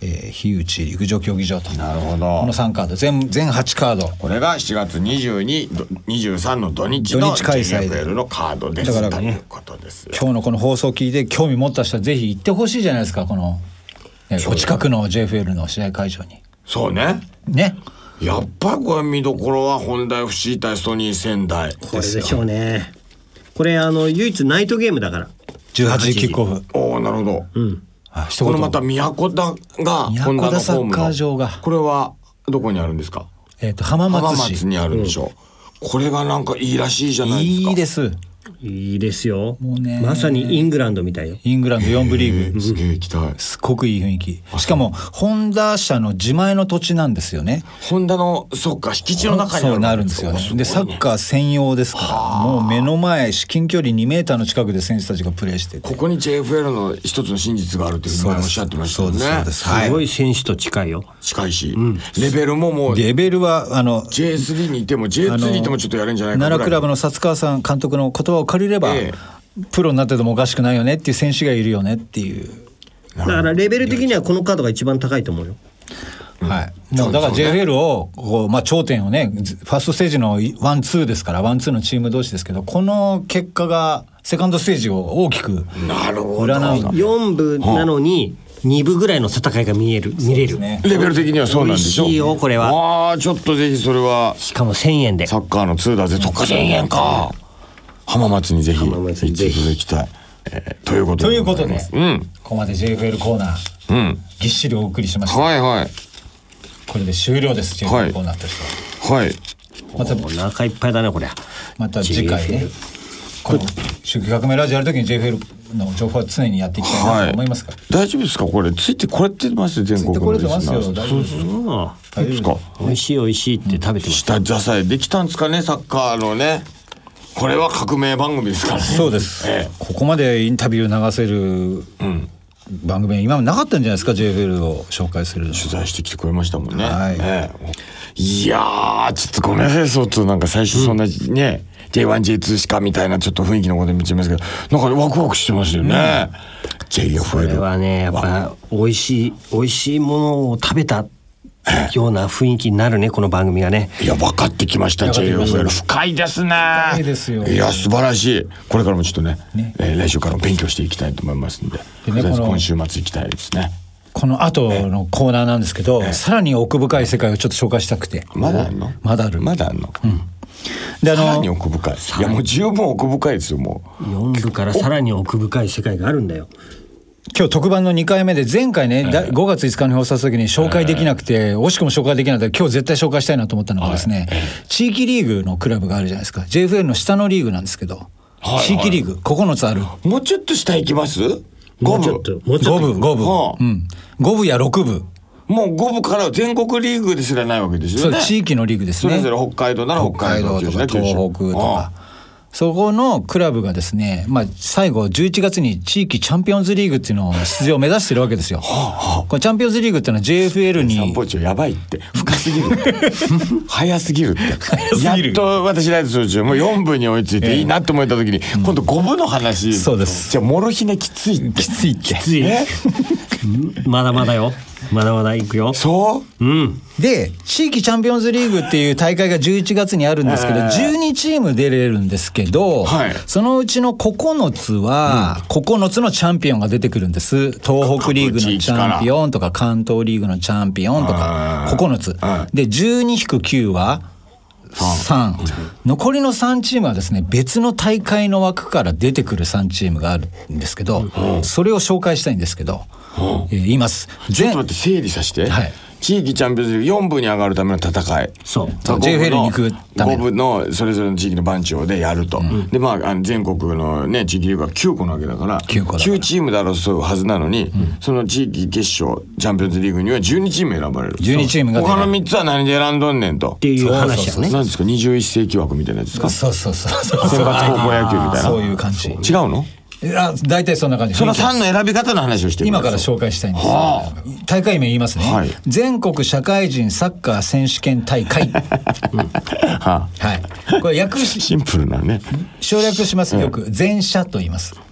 えー、樋口陸上競技場と。
なるほど。
このさんカード全全はちカード。
これがしちがつにじゅうに、にじゅうさんの土日の ジェイエフエル のカードです。
だから
ということですよ。
今日のこの放送を聞いて興味持った人はぜひ行ってほしいじゃないですか、この、ね、お近くの ジェイエフエル の試合会場に。
そうね。
ね。
やっぱりこれ見どころは本田 エフシー 対ソニー仙台。
これでしょうね。これあの唯一ナイトゲームだから。
じゅうはちじキックオフ。
おお、なるほど。
うん。
このまた宮古田が
宮古田サッカー場が
これはどこにあるんですか？
えっと浜松市。
浜松にあるんでしょう。これがなんかいいらしいじゃないですか。
いいです。
いいですよ。
もうね、
まさにイングランドみたいよ。
イングランドよん部リーグ。
すげえ行きたい。
すごくいい雰囲気。しかもホンダ社の自前の土地なんですよね。
ホンダのそっか敷地の中にある。
そうなるんですよね。でサッカー専用ですから、もう目の前至近距離にメーターの近くで選手たちがプレーしてて、
ここに ジェイエフエル の一つの真実があるというふうにおっしゃってましたよね。
そうです。
すごい選手と近いよ。
近いし、レベルももう
レベルはあの
ジェイスリー にいても ジェイツー にいてもちょっとやるんじゃないかぐらい。
奈良クラブの薩川さん監督の言葉を借りれば、ええ、プロになっててもおかしくないよねっていう選手がいるよねっていう。
だからレベル的にはこのカードが一番高いと思うよ。
はい、もうだから ジェイエフエル をこう、まあ、頂点をねファーストステージのワンツーですから、ワンツーのチーム同士ですけど、この結果がセカンドステージを大きく占う。
よん部なのにに部ぐらいの戦いが見える、見れる、
ね、レベル的にはそうなんでしょ。
美味しいよこれは。
ああ、ちょっとぜひそれは。
しかもせんえんで
サッカーのツーだぜ。特価せんえんか。浜松にぜひ行っていただきたい、えー、ということで
ということで、うん、ここまで ジェイエフエル コーナー、うん、ぎっしりお送りしました。
はいはい。
これで終了です。 ジェイエフエル コーナーとして
は。はい。
またお腹いっぱいだねこれ。
また次回ね、この秋季革命ラジオやるときに ジェイエフエル の情報は常にやっていきたいなと思いますから、
はい、大丈夫ですか？これついてこれってます全国のリスナー。
ついてこれてますよ。大丈夫です。
そうですか。
美味しい美味しいって食べてます。
下支えできたんですかね、サッカーのね。これは革命番組ですからね。
そうです、ええ、ここまでインタビュー流せる番組は今までなかったんじゃないですか。 ジェイエフエル を紹介するの。
取材してきてくれましたもんね、
はい、
ええ、いやーちょっとごめんなさい、そうとなんか最初そんな、うん、ね ジェイワンジェイツー しかみたいなちょっと雰囲気のこと見ちゃいますけど、なんかワクワクしてますよね、うん、ジェイエフエル。
これはねやっぱ美味しい美味しいものを食べたような雰囲気になるねこの番組がね。
いや分かってきました。 ジェイエフエル 深いですね。
深いですよ。
いや素晴らしい。これからもちょっとね、ねえー、来週からも勉強していきたいと思いますんで、で、ね、今週末行きたいですね。
この後のコーナーなんですけど、えー、さらに奥深い世界をちょっと紹介したくて。
まだあるの？
まだある。
まだあるの？
うん。
であのさらに奥深い。いやもう十分奥深いですよ。もう
よん部からさらに奥深い世界があるんだよ。
今日特番のにかいめで、前回ね、えー、ごがついつかに放送した時に紹介できなくて、えー、惜しくも紹介できなかった。今日絶対紹介したいなと思ったのがですね、はい、地域リーグのクラブがあるじゃないですか。 ジェイエフエル の下のリーグなんですけど、はいはい、地域リーグここのつある。
もうちょっと下行きます？
ご部ご
部ご部、はあ、うん、ご部やろく部。
もうご部から全国リーグですらないわけですよね。
そう、地域のリーグですね。
それぞれ北海道なら北海道
とか東北とか、そこのクラブがですね、まあ、最後じゅういちがつに地域チャンピオンズリーグっていうのを出場を目指してるわけですよ。はあはあ、これチャンピオンズリーグっていうのは ジェイエフエル に
散歩中やばいって深すぎるって早すぎるってやっと私らですよもうよん部に追いついていいなと思った時に、えー、今度ご部の話、うん、
そうです。
じゃあモロヒネきついって
きついって
きついまだまだよまだまだいくよ。
そう、
うん、
で地域チャンピオンズリーグっていう大会がじゅういちがつにあるんですけど、じゅうにチーム出れるんですけど、はい、そのうちのここのつは、うん、ここのつのチャンピオンが出てくるんです。東北リーグのチャンピオンとか関東リーグのチャンピオンとかここのつで じゅうに引くきゅう はさん、残りのさんチームはですね別の大会の枠から出てくるさんチームがあるんですけど、うん、それを紹介したいんですけど、うんえー、言います。
ちょっと待って整理させて、はい、地域チャンピオンズリーグよん部に上がるための戦い。
そう
ジェイエフエル に行くための
ご部のそれぞれの地域の番長でやると、うん、でまあ、あの全国のね地域リーグがきゅうこなわけだから
きゅうこだから
きゅうチームで争うはずなのに、うん、その地域決勝チャンピオンズリーグにはじゅうにチーム選ばれる。
じゅうにチームが
他のみっつは何で選んどんねんと
っていう話やね。
何ですかにじゅういっ世紀枠みたいなやつですか。
そうそうそうそう
選抜高校野球みたいな
そういう感じ。
違うの？
あ、大体そんな感じ。
そのさんの選び方の話をして
今から紹介したいんです。はあ、大会名言いますね、はい、全国社会人サッカー選手権大会、うんはあ、はい、これ略し
シンプルなね
省略します。よく全社と言います。フ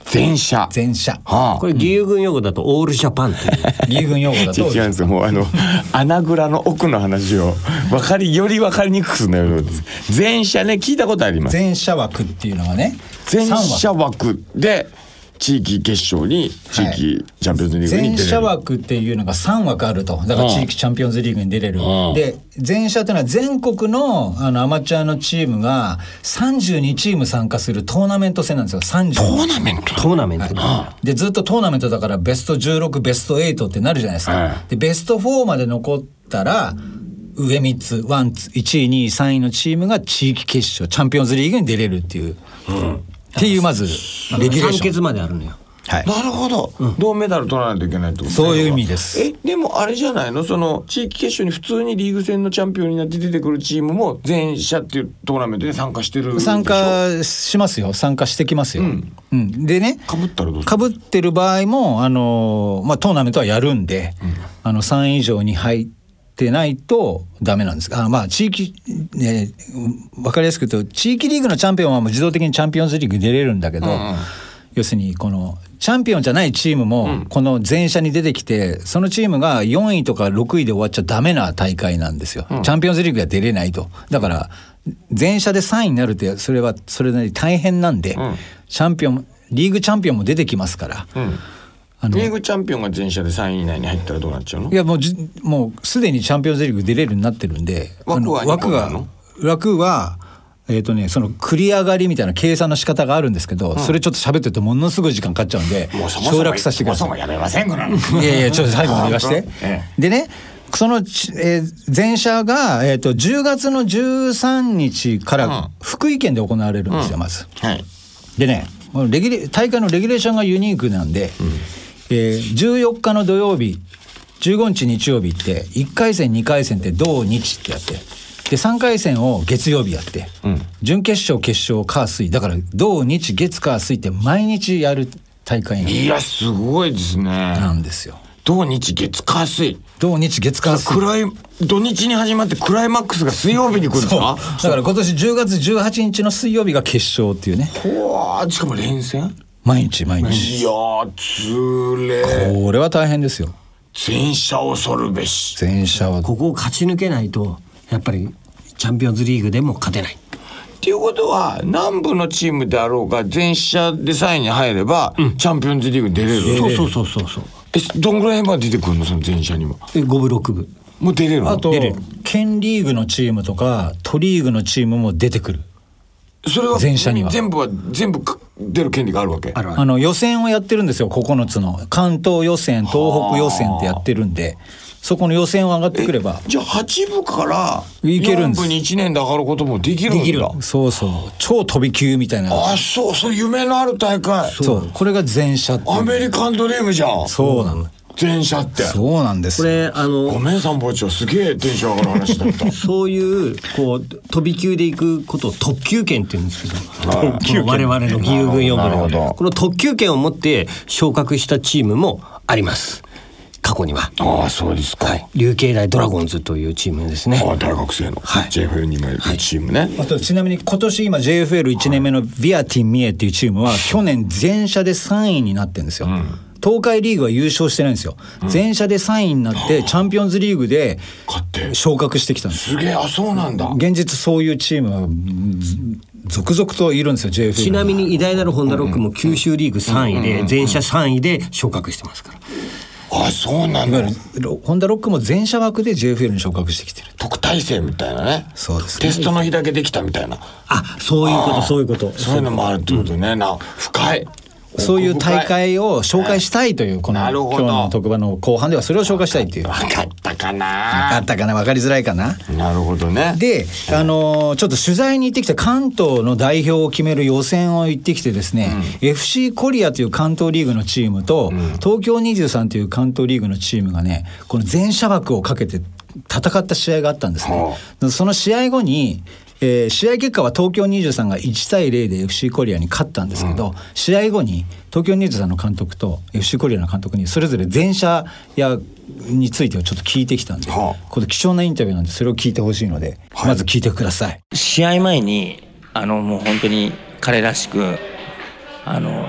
全社
全社、
はあ、これ義勇軍用語だとオールジャパンっていう
義勇軍用語だと
違うんですよ。もうあの穴蔵の奥の話を分かりより分かりにくくするのよ。全社ね、聞いたことあります。
全社枠っていうのがね、
全社枠で地域決勝に地域チャンピオンズリーグに出れる、
全社枠っていうのがさん枠あると。だから地域チャンピオンズリーグに出れる、うん、で全社というのは全国 の, あのアマチュアのチームがさんじゅうにチーム参加するトーナメント戦なんですよ。さんじゅう
トーナメント
トーナメント、
はい、でずっとトーナメントだからベストじゅうろくベストはちってなるじゃないですか、はい、でベストよんまで残ったら上みっつワンいちいにいさんいのチームが地域決勝チャンピオンズリーグに出れるっていう、うん、っていうまずレギュレーション
さん決まであるのよ。
はい、
なるほど、うん、銅メダル取らないといけないってこと。
そういう意味です。
えでもあれじゃないの、その地域決勝に普通にリーグ戦のチャンピオンになって出てくるチームも全社っていうトーナメントで参加してるでしょ。
参加しますよ。参加してきますよ、うんうん、でね、
かぶったらどうする？
かぶってる場合もあの、まあ、トーナメントはやるんで、うん、あのさんい以上に入ってないとダメなんです。あまあ地域、ね、分かりやすく言うと地域リーグのチャンピオンはもう自動的にチャンピオンズリーグに出れるんだけど、うんうん、要するにこのチャンピオンじゃないチームもこの全社に出てきて、そのチームがよんいとかろくいで終わっちゃダメな大会なんですよ、うん、チャンピオンズリーグが出れないと。だから全社でさんいになるってそれはそれなりに大変なんで、うん、チャンピオンリーグチャンピオンも出てきますから、うん、
あのリーグチャンピオンが全社でさんい以内に入ったらどうなっちゃうの？
いやもうじもうすでにチャンピオンズリーグ出れるようになってるんで、
枠は
枠が枠はえーとね、その繰り上がりみたいな計算の仕方があるんですけど、うん、それちょっと喋ってるとものすごい時間かかっちゃうんで省略させてください。
もうそもそもやめませんから。
いやいやちょっと最後まで言わして、ええ、でねその、えー、前社が、えー、とじゅうがつのじゅうさんにちから福井県で行われるんですよ、うん、まず、はい、でねレギュレ大会のレギュレーションがユニークなんで、うんえー、じゅうよっかの土曜日じゅうごにち日曜日っていっかい戦にかい戦って土日ってやってでさんかい戦を月曜日やって、うん、準決勝決勝火水だから土日月火水って毎日やる大会なんで。
いやすごいですね。
なんですよ。
土日月火水
土日月火水
クライ土日に始まってクライマックスが水曜日に来るんですか？
だから今年じゅうがつじゅうはちにちの水曜日が決勝っていうね。
ほわしかも連戦
毎日毎日。
いやつれ
これは大変ですよ。
全社恐るべし。
全社は
ここを勝ち抜けないとやっぱりチャンピオンズリーグでも勝てない
っていうことは南部のチームであろうが全社でさんいに入れば、うん、チャンピオンズリーグに出れる。
そうそうそうそうそう。
えどんぐらいまで出てくるのその全社には？
えごぶろくぶ
もう出れるの？
あと県リーグのチームとか都リーグのチームも出てくる。
それは
全社には
全部は全部出る権利があるわけ？
あるある。あの予選をやってるんですよ。ここのつの関東予選東北予選ってやってるんでそこの予選を上がってくれば
じゃあはちぶからよんぶにいちねんで上がることもできるんだ。できる。
そうそう超飛び級みたいな。
あそうそう夢のある大会。
そうこれが全社って
アメリカンドリームじゃん。
そうなの
全社って。
そうなんです。
これあの
ごめん参謀長すげえテンション上がる話だった
そういうこう飛び級でいくことを特急権って言うんですけど、特急権我々の義勇軍用語でこの特急権を持って昇格したチームもあります。過去には。
ああそうですか、はい、
琉球大ドラゴンズというチームですね。
あ大学生の、はい、ジェイエフエル にもいるチームね、はい、
あとちなみに今年今 ジェイエフエルいちねんめのビアティンミエっていうチームは去年全社でさんいになってるんですよ、うん、東海リーグは優勝してないんですよ、うん、全社でさんいになってチャンピオンズリーグで昇格してきたんです。
すげえ。あそうなんだ。
現実そういうチームは続々といるんですよ ジェイエフエル。
ちなみに偉大なるホンダロックも九州リーグさんいで全社さんいで昇格してますから。
あそうなんだ。
いわゆるホンダロックも全社枠で ジェイエフエル に昇格してきてる。
特待生みたいなね。
そうですね。
テストの日だけできたみたいな。
あそういうことそういうこと
そういうのもあるってことね、うん、な深い。
そういう大会を紹介したいというこの今日の特番の後半ではそれを紹介したいっていう。
分かったかな
分かったかな分かりづらいかな。
なるほどね。
で、あのー、ちょっと取材に行ってきて関東の代表を決める予選を行ってきてですね、うん、エフシー コリアという関東リーグのチームと、うん、東京にじゅうさんという関東リーグのチームがねこの全社枠をかけて戦った試合があったんですね、うん、その試合後にえー、試合結果は東京にじゅうさんがいちたいゼロで エフシー コリアに勝ったんですけど、うん、試合後に東京にじゅうさんの監督と エフシー コリアの監督にそれぞれ全社やについてをちょっと聞いてきたんで、はあ、これ貴重なインタビューなんでそれを聞いてほしいので、はい、まず聞いてください。
試合前にあのもう本当に彼らしくあの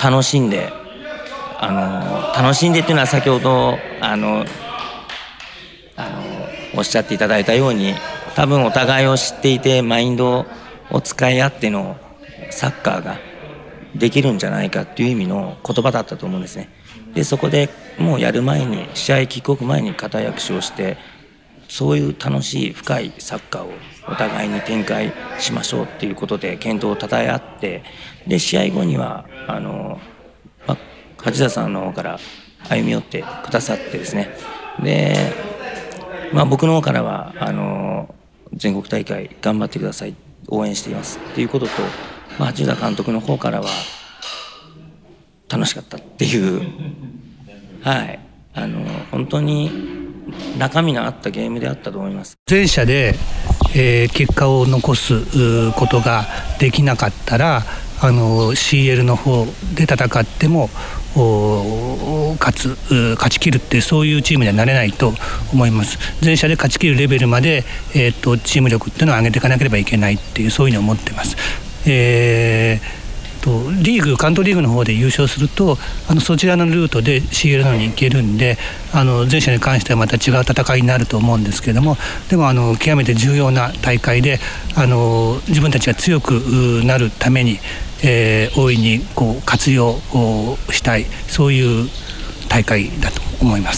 楽しんであの楽しんでっていうのは先ほどあのあのおっしゃっていただいたように多分お互いを知っていてマインドを使い合ってのサッカーができるんじゃないかっていう意味の言葉だったと思うんですね。でそこでもうやる前に試合キックオフ前に固い握手をしてそういう楽しい深いサッカーをお互いに展開しましょうっていうことで健闘をたたえ合ってで試合後にはあの、ま、八田さんの方から歩み寄ってくださってですねで、まあ、僕の方からはあの全国大会頑張ってください応援していますっていうことと、まあ、八田監督の方からは楽しかったっていうはいあの本当に中身のあったゲームであったと思います。
全社で、えー、結果を残すことができなかったらあの シーエル の方で戦っても勝つ勝ち切るってそういうチームにはなれないと思います。全社で勝ち切るレベルまで、えー、とチーム力っていうのを上げていかなければいけないっていうそういうふうに思ってます。えーとリーグ関東リーグの方で優勝するとあのそちらのルートで シーエル の方に行けるんであの前者に関してはまた違う戦いになると思うんですけれどもでもあの極めて重要な大会であの自分たちが強くなるために、えー、大いにこう活用したいそういう大会だと思います。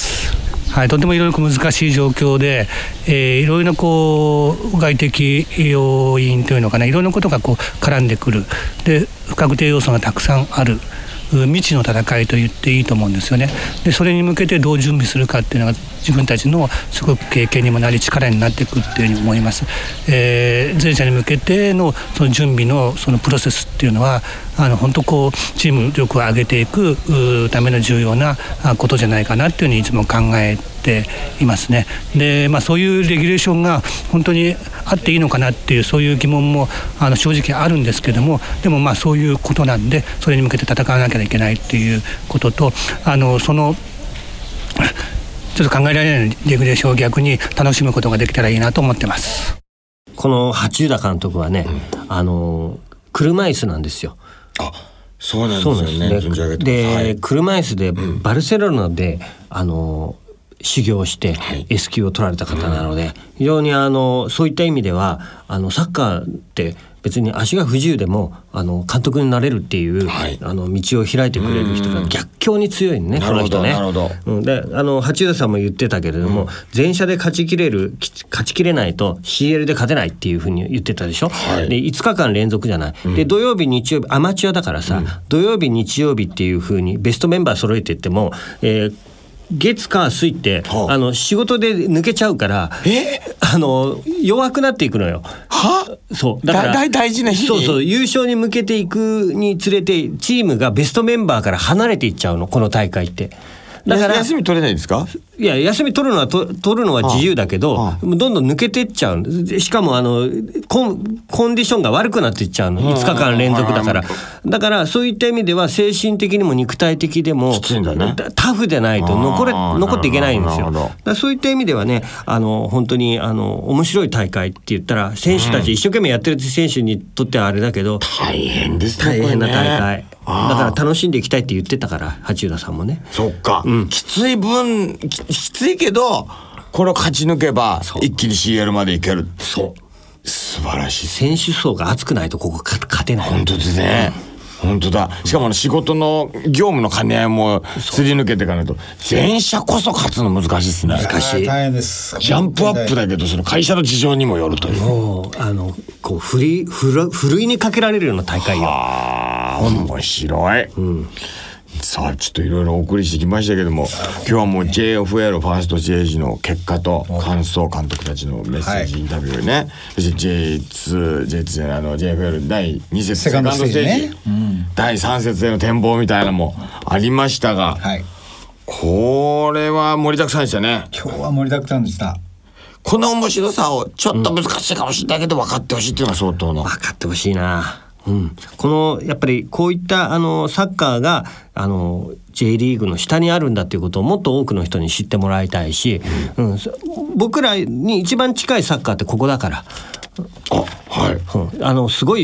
はい、とてもいろいろ難しい状況で、えー、いろいろなこう外的要因というのかないろんなことがこう絡んでくるで不確定要素がたくさんある未知の戦いと言っていいと思うんですよね。でそれに向けてどう準備するかっていうのが自分たちのすごく経験にもなり力になっていくっていうふうに思います。えー、前者に向けてのその準備のそのプロセスっていうのはあの本当こうチーム力を上げていくための重要なことじゃないかなっていうふうにいつも考えていますね。で、まあ、そういうレギュレーションが本当にあっていいのかなっていうそういう疑問もあの正直あるんですけどもでもまあそういうことなんでそれに向けて戦わなきゃいけないっていうこととあのそのちょっと考えられないレギュレーションを逆に楽しむことができたらいいなと思ってます。
この八浦監督はね、うん、あの車椅子なんですよ。
あ、そうなんですよね。
存じ上げてます。で、はい、車椅子でバルセロナで、うん、あの修行して S 級を取られた方なので、はい、非常にあのそういった意味ではあのサッカーって別に足が不自由でもあの監督になれるっていう、はい、あの道を開いてくれる人が逆境に強いね、この人ね。なるほど、うん、であの八浦さんも言ってたけれども、うん、前者で勝ちきれる勝ちきれないと シーエル で勝てないっていうふうに言ってたでしょ、はい、でいつかかん連続じゃない、うん、で土曜日日曜日アマチュアだからさ、うん、土曜日日曜日っていうふうにベストメンバー揃えていっても、えー月火水って、はあ、あの仕事で抜けちゃうから
え
あの弱くなっていくのよ。
は
そうだから
大, 大事な日に
そうそう優勝に向けていくにつれてチームがベストメンバーから離れていっちゃうのこの大会って。だから
休み取れないんですか？
いや休み取るのはと取るのは自由だけど、はあ、どんどん抜けていっちゃう。しかもあのコン、コンディションが悪くなっていっちゃうの。いつかかん連続だから、だからそういった意味では精神的にも肉体的でも
きついんだね。
タフでないと残れ残っていけないんですよ。だからそういった意味ではねあの本当にあの面白い大会って言ったら選手たち一生懸命やってる選手にとってはあれだけど、
大変ですね。
大変な大会だから楽しんでいきたいって言ってたから八浦さんもね。
そっか、うん、きつい分 き, きついけどこれを勝ち抜けば一気に シーエル までいける。
そう
素晴らしい。
選手層が厚くないとここ勝てない。
本当ですね、うん、本当だ。しかも仕事の業務の兼ね合いもすり抜けていかないと全社こそ勝つの難しいですね。
難しい。
大変です。
ジャンプアップだけどその会社の事情にもよるという。
もうあのこうふりふるふるいにかけられるような大会よ。
ああ面白い、うん、さあちょっといろいろお送りしてきましたけども今日はもう ジェイエフエル ファーストステージの結果と感想監督たちのメッセージインタビューね、はい、そして ジェイツー ジェイツー じゃないあの ジェイエフエル だいに節セカンドステージ、ねうん、だいさん節への展望みたいなのもありましたが、はい、これは盛りだくさんでしたね。
今日は盛りだくさんでした。
この面白さをちょっと難しいかもしれないけど分かってほしいっていうのが相当の
分かってほしいな。うん、このやっぱりこういったあのサッカーがあの J リーグの下にあるんだっていうことをもっと多くの人に知ってもらいたいし、うんうん、僕らに一番近いサッカーってここだから。
あ、はい、
うん、あのすごい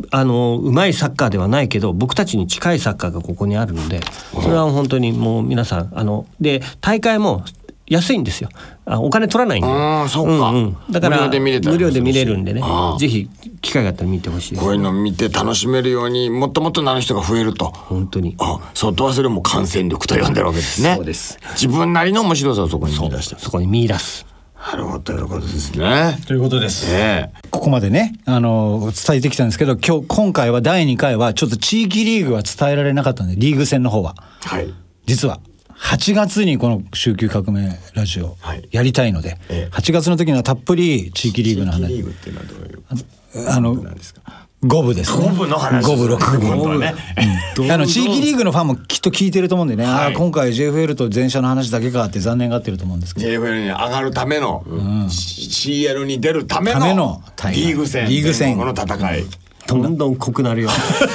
あのうまいサッカーではないけど僕たちに近いサッカーがここにあるので、それは本当にもう皆さんあので大会も安いんですよ。あお金取らないんで。
ああそうか、うんうん、
だから
無料で見れたり
無料で見れるんでね、ぜひ機会があったら見てほしいです。
こういうの見て楽しめるようにもっともっとなる人が増えると。
本当に。
あそうとはそれも感染力と呼んでるわけですね。
そうです。
自分なりの面白さをそこに見出して
そ, そこに見出す。
なるほどということですね。
ということです。
え
ー、ここまでねあの伝えてきたんですけど、今日今回はだいにかいはちょっと地域リーグは伝えられなかったんで、リーグ戦の方は、
はい、
実ははちがつにこの週休革命ラジオやりたいので、はいええ、はちがつの時にはたっぷり地域リーグの話。
地域リーグっていうのはどういう
あのご部ですね。
ご部の話。
ご部ろく部ね。あの地域リーグのファンもきっと聞いてると思うんでね。はい、あ今回 ジェイエフエル と全社の話だけかって残念がってると思うんですけど。
ジェイエフエル に上がるための、うん、シーエル に出るためのリーグ戦。
リーグ戦
この戦い。
どんどん濃くなるよ。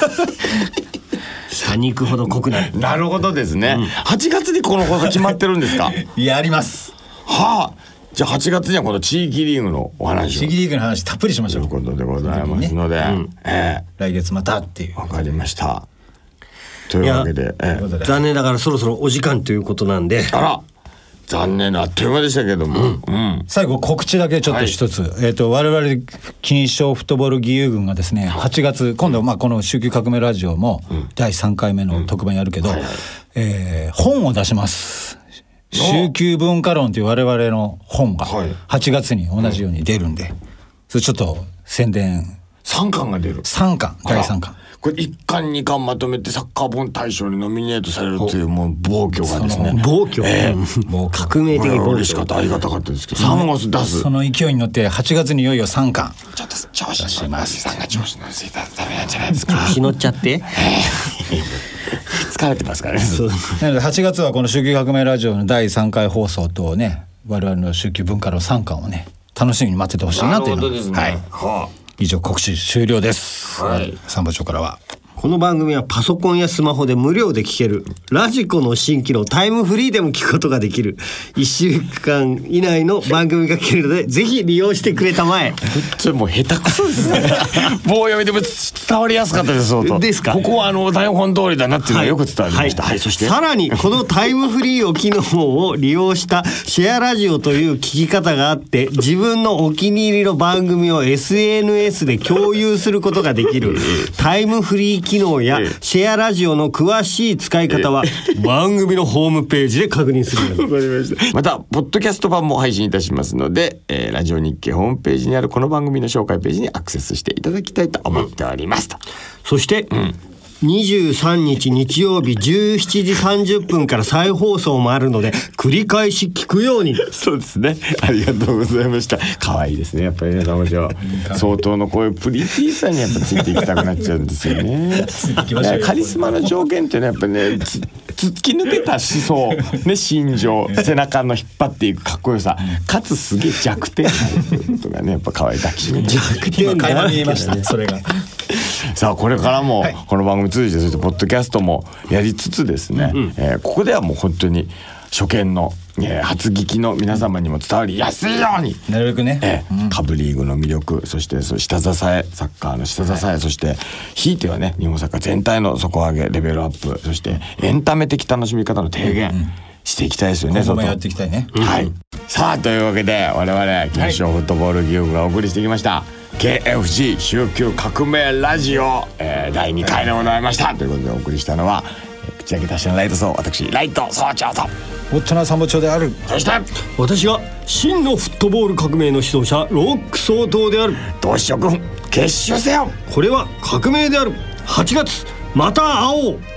車肉ほど濃くなる。
なるほどですね。うん、はちがつにこの放送決まってるんですか。
やります。
はあ。じゃあはちがつにはこの地域リーグのお話を
地域リーグの話たっぷりしましょう
ということでございますので、ねうん
えー、来月またっていう。
わかりました。というわけで、
えー、残念ながらそろそろお時間ということなんで、
あら残念なあっという間でしたけども、うん
うん、最後告知だけちょっと一つ、はい、えーと我々金賞フットボール義勇軍がですね、はちがつ今度まあこの週休革命ラジオもだいさんかいめの特番やるけど、うんはいはいえー、本を出します。週休文化論という我々の本がはちがつに同じように出るんで、はい、それちょっと宣伝。
さんかんが出る。
さんかんだいさんかん。
これいっかんにかんまとめてサッカー本大賞にノミネートされるというもう暴挙がですね。
暴挙、え
ー、
もう革命的に暴挙。
嬉しかったありがたかったですけど、さんがつ出す。
その勢いに乗ってはちがつにいよいよさんかん
ちょっと調子します。さんが調子乗せたらダメなんじゃないですか。
調子乗っちゃって。
疲れてますからね。
なのではちがつはこの週休革命ラジオのだいさんかい放送とね、我々の週休文化論さんかんをね楽しみに待っててほしいなというの
ですね。はい。
はあ、以上告知終了です。はい。参謀長からは。
この番組はパソコンやスマホで無料で聴けるラジコの新機能タイムフリーでも聞くことができるいっしゅうかん以内の番組が聞けるのでぜひ利用してくれたまえ。
ちょもう下手くそですね。棒読みでも伝わりやすかったです相当
ですか。
ここはあの台本通りだなっていうのがよく伝わりました。はい、はいはい、そして
さらにこのタイムフリーを機能を利用したシェアラジオという聞き方があって自分のお気に入りの番組を エスエヌエス で共有することができるタイムフリー機能やシェアラジオの詳しい使い方は番組のホームページで確認する。
わかりました。またポッドキャスト版も配信いたしますので、えー、ラジオ日経ホームページにあるこの番組の紹介ページにアクセスしていただきたいと思っておりますと、うん、
そして、うんにじゅうさんにち日曜日じゅうしちじさんじゅっぷんから再放送もあるので繰り返し聞くように。
そうですね。ありがとうございました。可愛いですねやっぱりね。面白い相当のこういうプリティーさにやっぱついていきたくなっちゃうんですよね。カリスマの条件ってねやっぱねつ突き抜けた思想ね心情背中の引っ張っていくかっこよさかつすげえ弱点とかねやっぱ可愛い抱きしめて
弱点が見えましたねそれが。
さあこれからもこの番組通じてそしてポッドキャストもやりつつですね、うんえー、ここではもう本当に初見の、えー、初聞きの皆様にも伝わりやすいように
なるべくね、
えーうん、下部リーグの魅力そしてそ下支えサッカーの下支え、はい、そしてひいてはね日本サッカー全体の底上げレベルアップそしてエンタメ的楽しみ方の低減、うんうんしていきたいですよね。
今後もやっていきたいね。
はい。さあというわけで我々金賞フットボール義勇軍がお送りしてきました、はい、ケーエフジー 週休革命ラジオ、えー、だいにかいでございました、はい、ということでお送りしたのは、えー、口開け達者のライト層私ライト総長と
おっちゃな参謀長である
そして
私が真のフットボール革命の指導者ロック総統である
同志諸君結集せよ。
これは革命である。はちがつまた会おう。